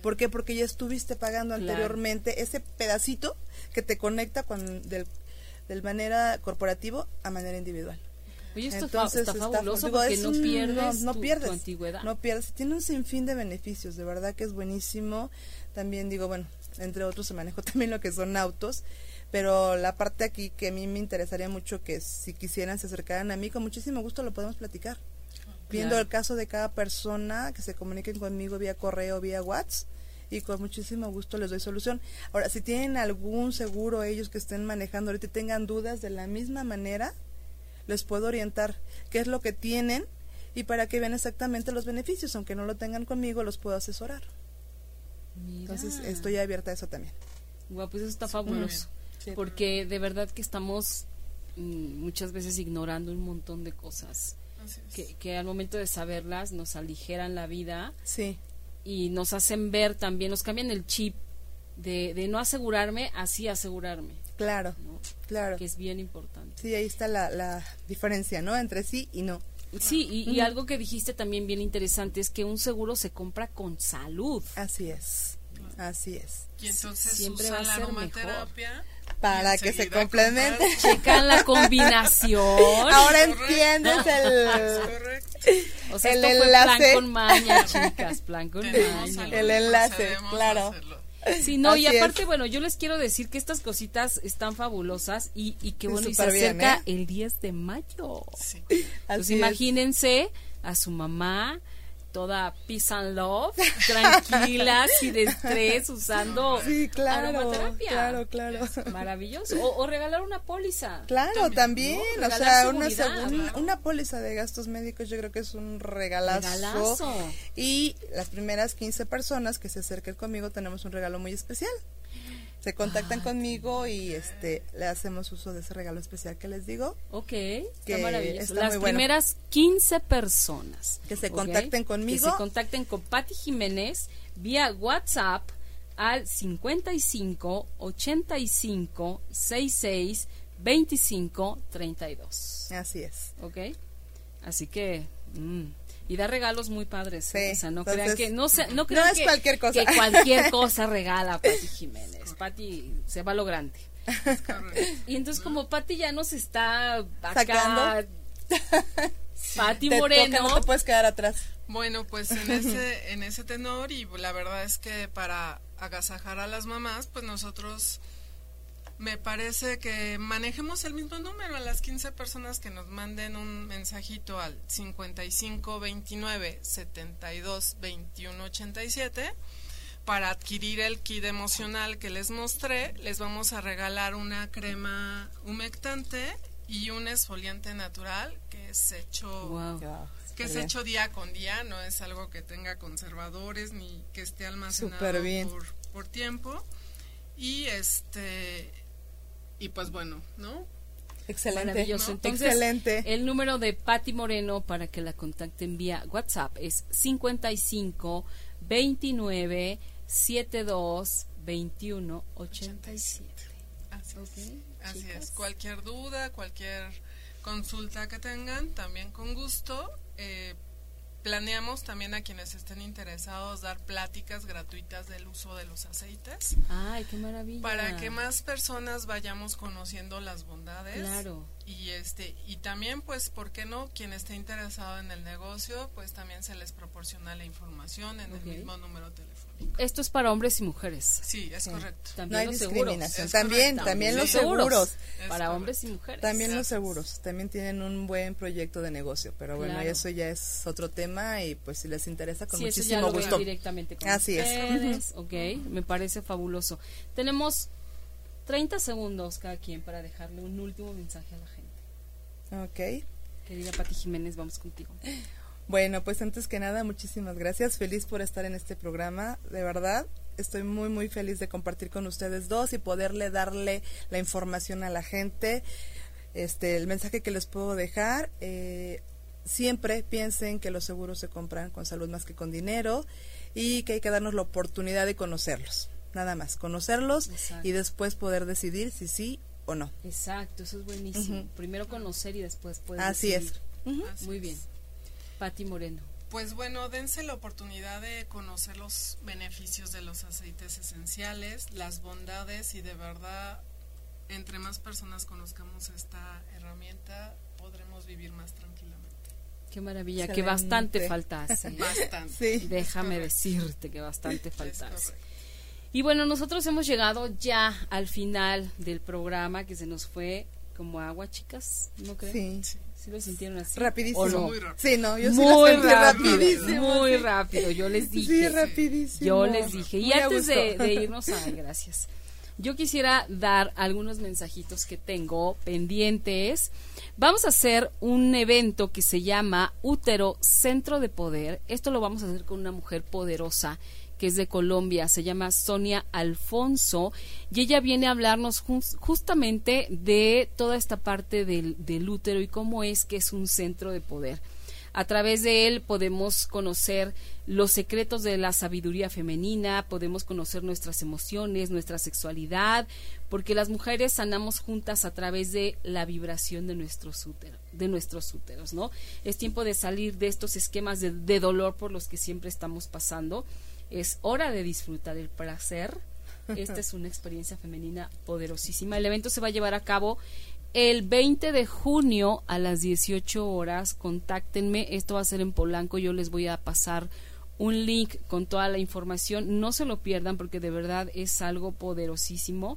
¿Por qué? Porque ya estuviste pagando anteriormente ese pedacito que te conecta de manera corporativo a manera individual. Oye, esto está fabuloso porque no pierdes tu antigüedad. No pierdes, tiene un sinfín de beneficios, de verdad que es buenísimo. También digo, bueno, entre otros se manejo también lo que son autos, pero la parte aquí que a mí me interesaría mucho que si quisieran se acercaran a mí, con muchísimo gusto lo podemos platicar. Viendo el caso de cada persona, que se comuniquen conmigo vía correo, vía WhatsApp, y con muchísimo gusto les doy solución. Ahora, si tienen algún seguro ellos que estén manejando ahorita y tengan dudas de la misma manera, les puedo orientar qué es lo que tienen y para que vean exactamente los beneficios, aunque no lo tengan conmigo, los puedo asesorar. Mira. Entonces estoy abierta a eso también. Guau, pues eso está fabuloso, porque de verdad que estamos muchas veces ignorando un montón de cosas que al momento de saberlas nos aligeran la vida y nos hacen ver también, nos cambian el chip de no asegurarme, así asegurarme. Claro, ¿no? Claro. Que es bien importante. Sí, ahí está la diferencia, ¿no? Entre sí y no. Sí, y algo que dijiste también bien interesante es que un seguro se compra con salud. Así es, así es. Y entonces siempre usa va a la ser aromaterapia para que se complemente. Checan la combinación. Ahora entiendes o sea, el esto enlace. Fue plan con maña, chicas, plan con maña. El enlace, claro. Sí, no, Así y aparte, es. bueno, yo les quiero decir que estas cositas están fabulosas y que bueno, y se bien, acerca el 10 de mayo. Sí. Pues imagínense a su mamá toda peace and love, tranquila, sin estrés, usando aromaterapia. Claro. Maravilloso. O regalar una póliza. Claro, también. ¿no? O sea, seguridad, una póliza de gastos médicos yo creo que es un regalazo. Y las primeras 15 personas que se acerquen conmigo tenemos un regalo muy especial. Se contactan conmigo y le hacemos uso de ese regalo especial que les digo. Ok, está maravilloso. Las primeras 15 personas que se contacten conmigo. Que se contacten con Pati Jiménez vía WhatsApp al 55 85 66 25 32. Así es. Ok, así que... y da regalos muy padres, o sea, no entonces, crean que no crean es que cualquier cosa. Que cualquier cosa regala Pati Jiménez. Pati se va a lo grande. Y entonces como Pati ya nos está acá sacando, Pati Moreno, no te puedes quedar atrás. Bueno, pues en ese tenor, y la verdad es que para agasajar a las mamás, pues nosotros me parece que manejemos el mismo número a las 15 personas que nos manden un mensajito al 55 29 72 21 87 para adquirir el kit emocional que les mostré. Les vamos a regalar una crema humectante y un exfoliante natural que es hecho hecho día con día, no es algo que tenga conservadores ni que esté almacenado por tiempo. Y pues bueno, ¿no? Excelente. Maravilloso. ¿no? Entonces, excelente. El número de Pati Moreno para que la contacten vía WhatsApp es 55 29 72 21 87. Así es. Cualquier duda, cualquier consulta que tengan, también con gusto. Planeamos también a quienes estén interesados dar pláticas gratuitas del uso de los aceites. ¡Ay, qué maravilla! Para que más personas vayamos conociendo las bondades. Claro. Y también, pues, ¿por qué no? Quien esté interesado en el negocio, pues también se les proporciona la información en el mismo número telefónico. Esto es para hombres y mujeres. Sí, es correcto. También no hay los discriminación. seguros. También los seguros. Para hombres y mujeres. También los seguros. También tienen un buen proyecto de negocio. Pero bueno, eso ya es otro tema y pues si les interesa, con muchísimo eso ya lo gusto. Directamente con Así ustedes. es. Ok, me parece fabuloso. Tenemos 30 segundos cada quien para dejarle un último mensaje a la gente. Ok. Querida Pati Jiménez, vamos contigo. Bueno, pues antes que nada, muchísimas gracias. Feliz por estar en este programa. De verdad, estoy muy, muy feliz de compartir con ustedes dos y poderle darle la información a la gente. El mensaje que les puedo dejar, siempre piensen que los seguros se compran con salud más que con dinero y que hay que darnos la oportunidad de conocerlos. Nada más, conocerlos. Exacto. Y después poder decidir si sí o no. Exacto, eso es buenísimo. Primero conocer y después poder decidir. Así es. Muy bien. Pati Moreno. Pues bueno, dense la oportunidad de conocer los beneficios de los aceites esenciales, las bondades, y de verdad, entre más personas conozcamos esta herramienta, podremos vivir más tranquilamente. Qué maravilla, Excelente. que bastante falta hace. Bastante. Sí. Déjame decirte que bastante falta hace. Y bueno, nosotros hemos llegado ya al final del programa, que se nos fue como agua, chicas, ¿no creen? Sí. ¿Sí lo sintieron así? Rapidísimo. ¿O no? Muy rápido. Sí, no, yo sí Muy lo sentí rápido, rapidísimo. muy sí. rápido, yo les dije. Sí, rapidísimo. Yo les dije. Y Muy a antes gusto. de irnos, ay, gracias. Yo quisiera dar algunos mensajitos que tengo pendientes. Vamos a hacer un evento que se llama Útero Centro de Poder. Esto lo vamos a hacer con una mujer poderosa que es de Colombia, se llama Sonia Alfonso, y ella viene a hablarnos justamente de toda esta parte del útero y cómo es que es un centro de poder. A través de él podemos conocer los secretos de la sabiduría femenina, podemos conocer nuestras emociones, nuestra sexualidad, porque las mujeres sanamos juntas a través de la vibración de nuestros úteros, ¿no? Es tiempo de salir de estos esquemas de dolor por los que siempre estamos pasando. Es hora de disfrutar el placer. Esta es una experiencia femenina poderosísima. El evento se va a llevar a cabo el 20 de junio a las 18 horas. Contáctenme, esto va a ser en Polanco. Yo les voy a pasar un link con toda la información. No se lo pierdan porque de verdad es algo poderosísimo.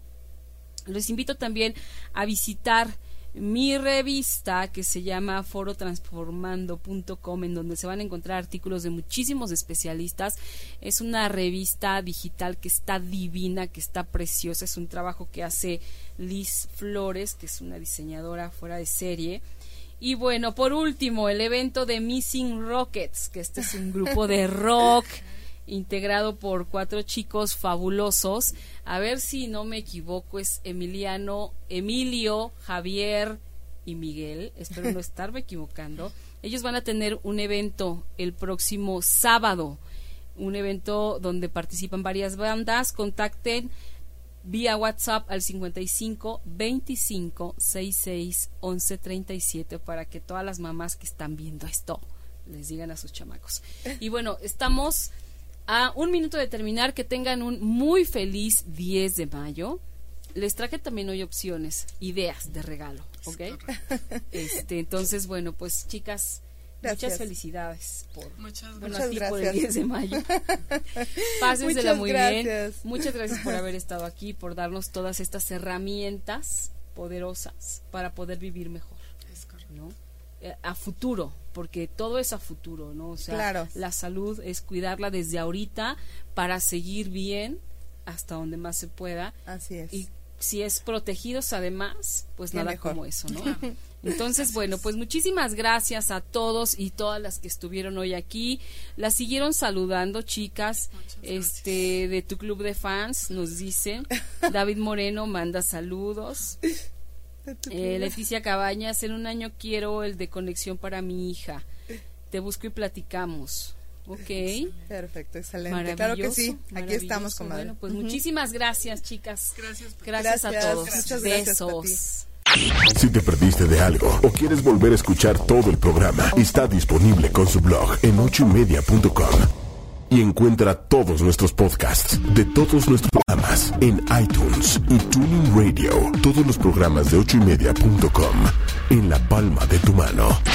Les invito también a visitar mi revista que se llama forotransformando.com, en donde se van a encontrar artículos de muchísimos especialistas. Es una revista digital que está divina, que está preciosa. Es un trabajo que hace Liz Flores, que es una diseñadora fuera de serie. Y bueno, por último, el evento de Missing Rockets, que este es un grupo de rock integrado por 4 chicos fabulosos. A ver si no me equivoco, es Emilio, Javier y Miguel. Espero no estarme equivocando. Ellos van a tener un evento el próximo sábado, un evento donde participan varias bandas. Contacten vía WhatsApp al 55 25 66 11 37 para que todas las mamás que están viendo esto les digan a sus chamacos. Y bueno, estamos a un minuto de terminar. Que tengan un muy feliz 10 de mayo. Les traje también hoy opciones, ideas de regalo, ¿ok? Entonces, bueno, pues chicas, gracias. Muchas felicidades por, Muchas bueno, gracias. aquí por el 10 de mayo. Pásensela Muchas muy gracias. bien. Muchas gracias por haber estado aquí, por darnos todas estas herramientas poderosas para poder vivir mejor, Es correcto. ¿no? A futuro, porque todo es a futuro, ¿no? O sea, Claro. la salud es cuidarla desde ahorita para seguir bien hasta donde más se pueda. Así es. Y si es protegidos además, pues Qué nada mejor. como eso, ¿no? Entonces, bueno, pues muchísimas gracias a todos y todas las que estuvieron hoy aquí. Las siguieron saludando, chicas, Muchas gracias. de tu club de fans, nos dicen. David Moreno manda saludos. Leticia Cabañas, en un año quiero el de conexión para mi hija. Te busco y platicamos. Ok. Perfecto, excelente. Maravilloso. Claro que sí, aquí maravilloso. estamos, comadre. Bueno, pues muchísimas gracias, chicas. Gracias. Gracias a Gracias, todos. muchas gracias, Besos. Si te perdiste de algo o quieres volver a escuchar todo el programa, está disponible con su blog en 8ymedia.com. Y encuentra todos nuestros podcasts de todos nuestros programas en iTunes y TuneIn Radio. Todos los programas de 8ymedia.com en la palma de tu mano.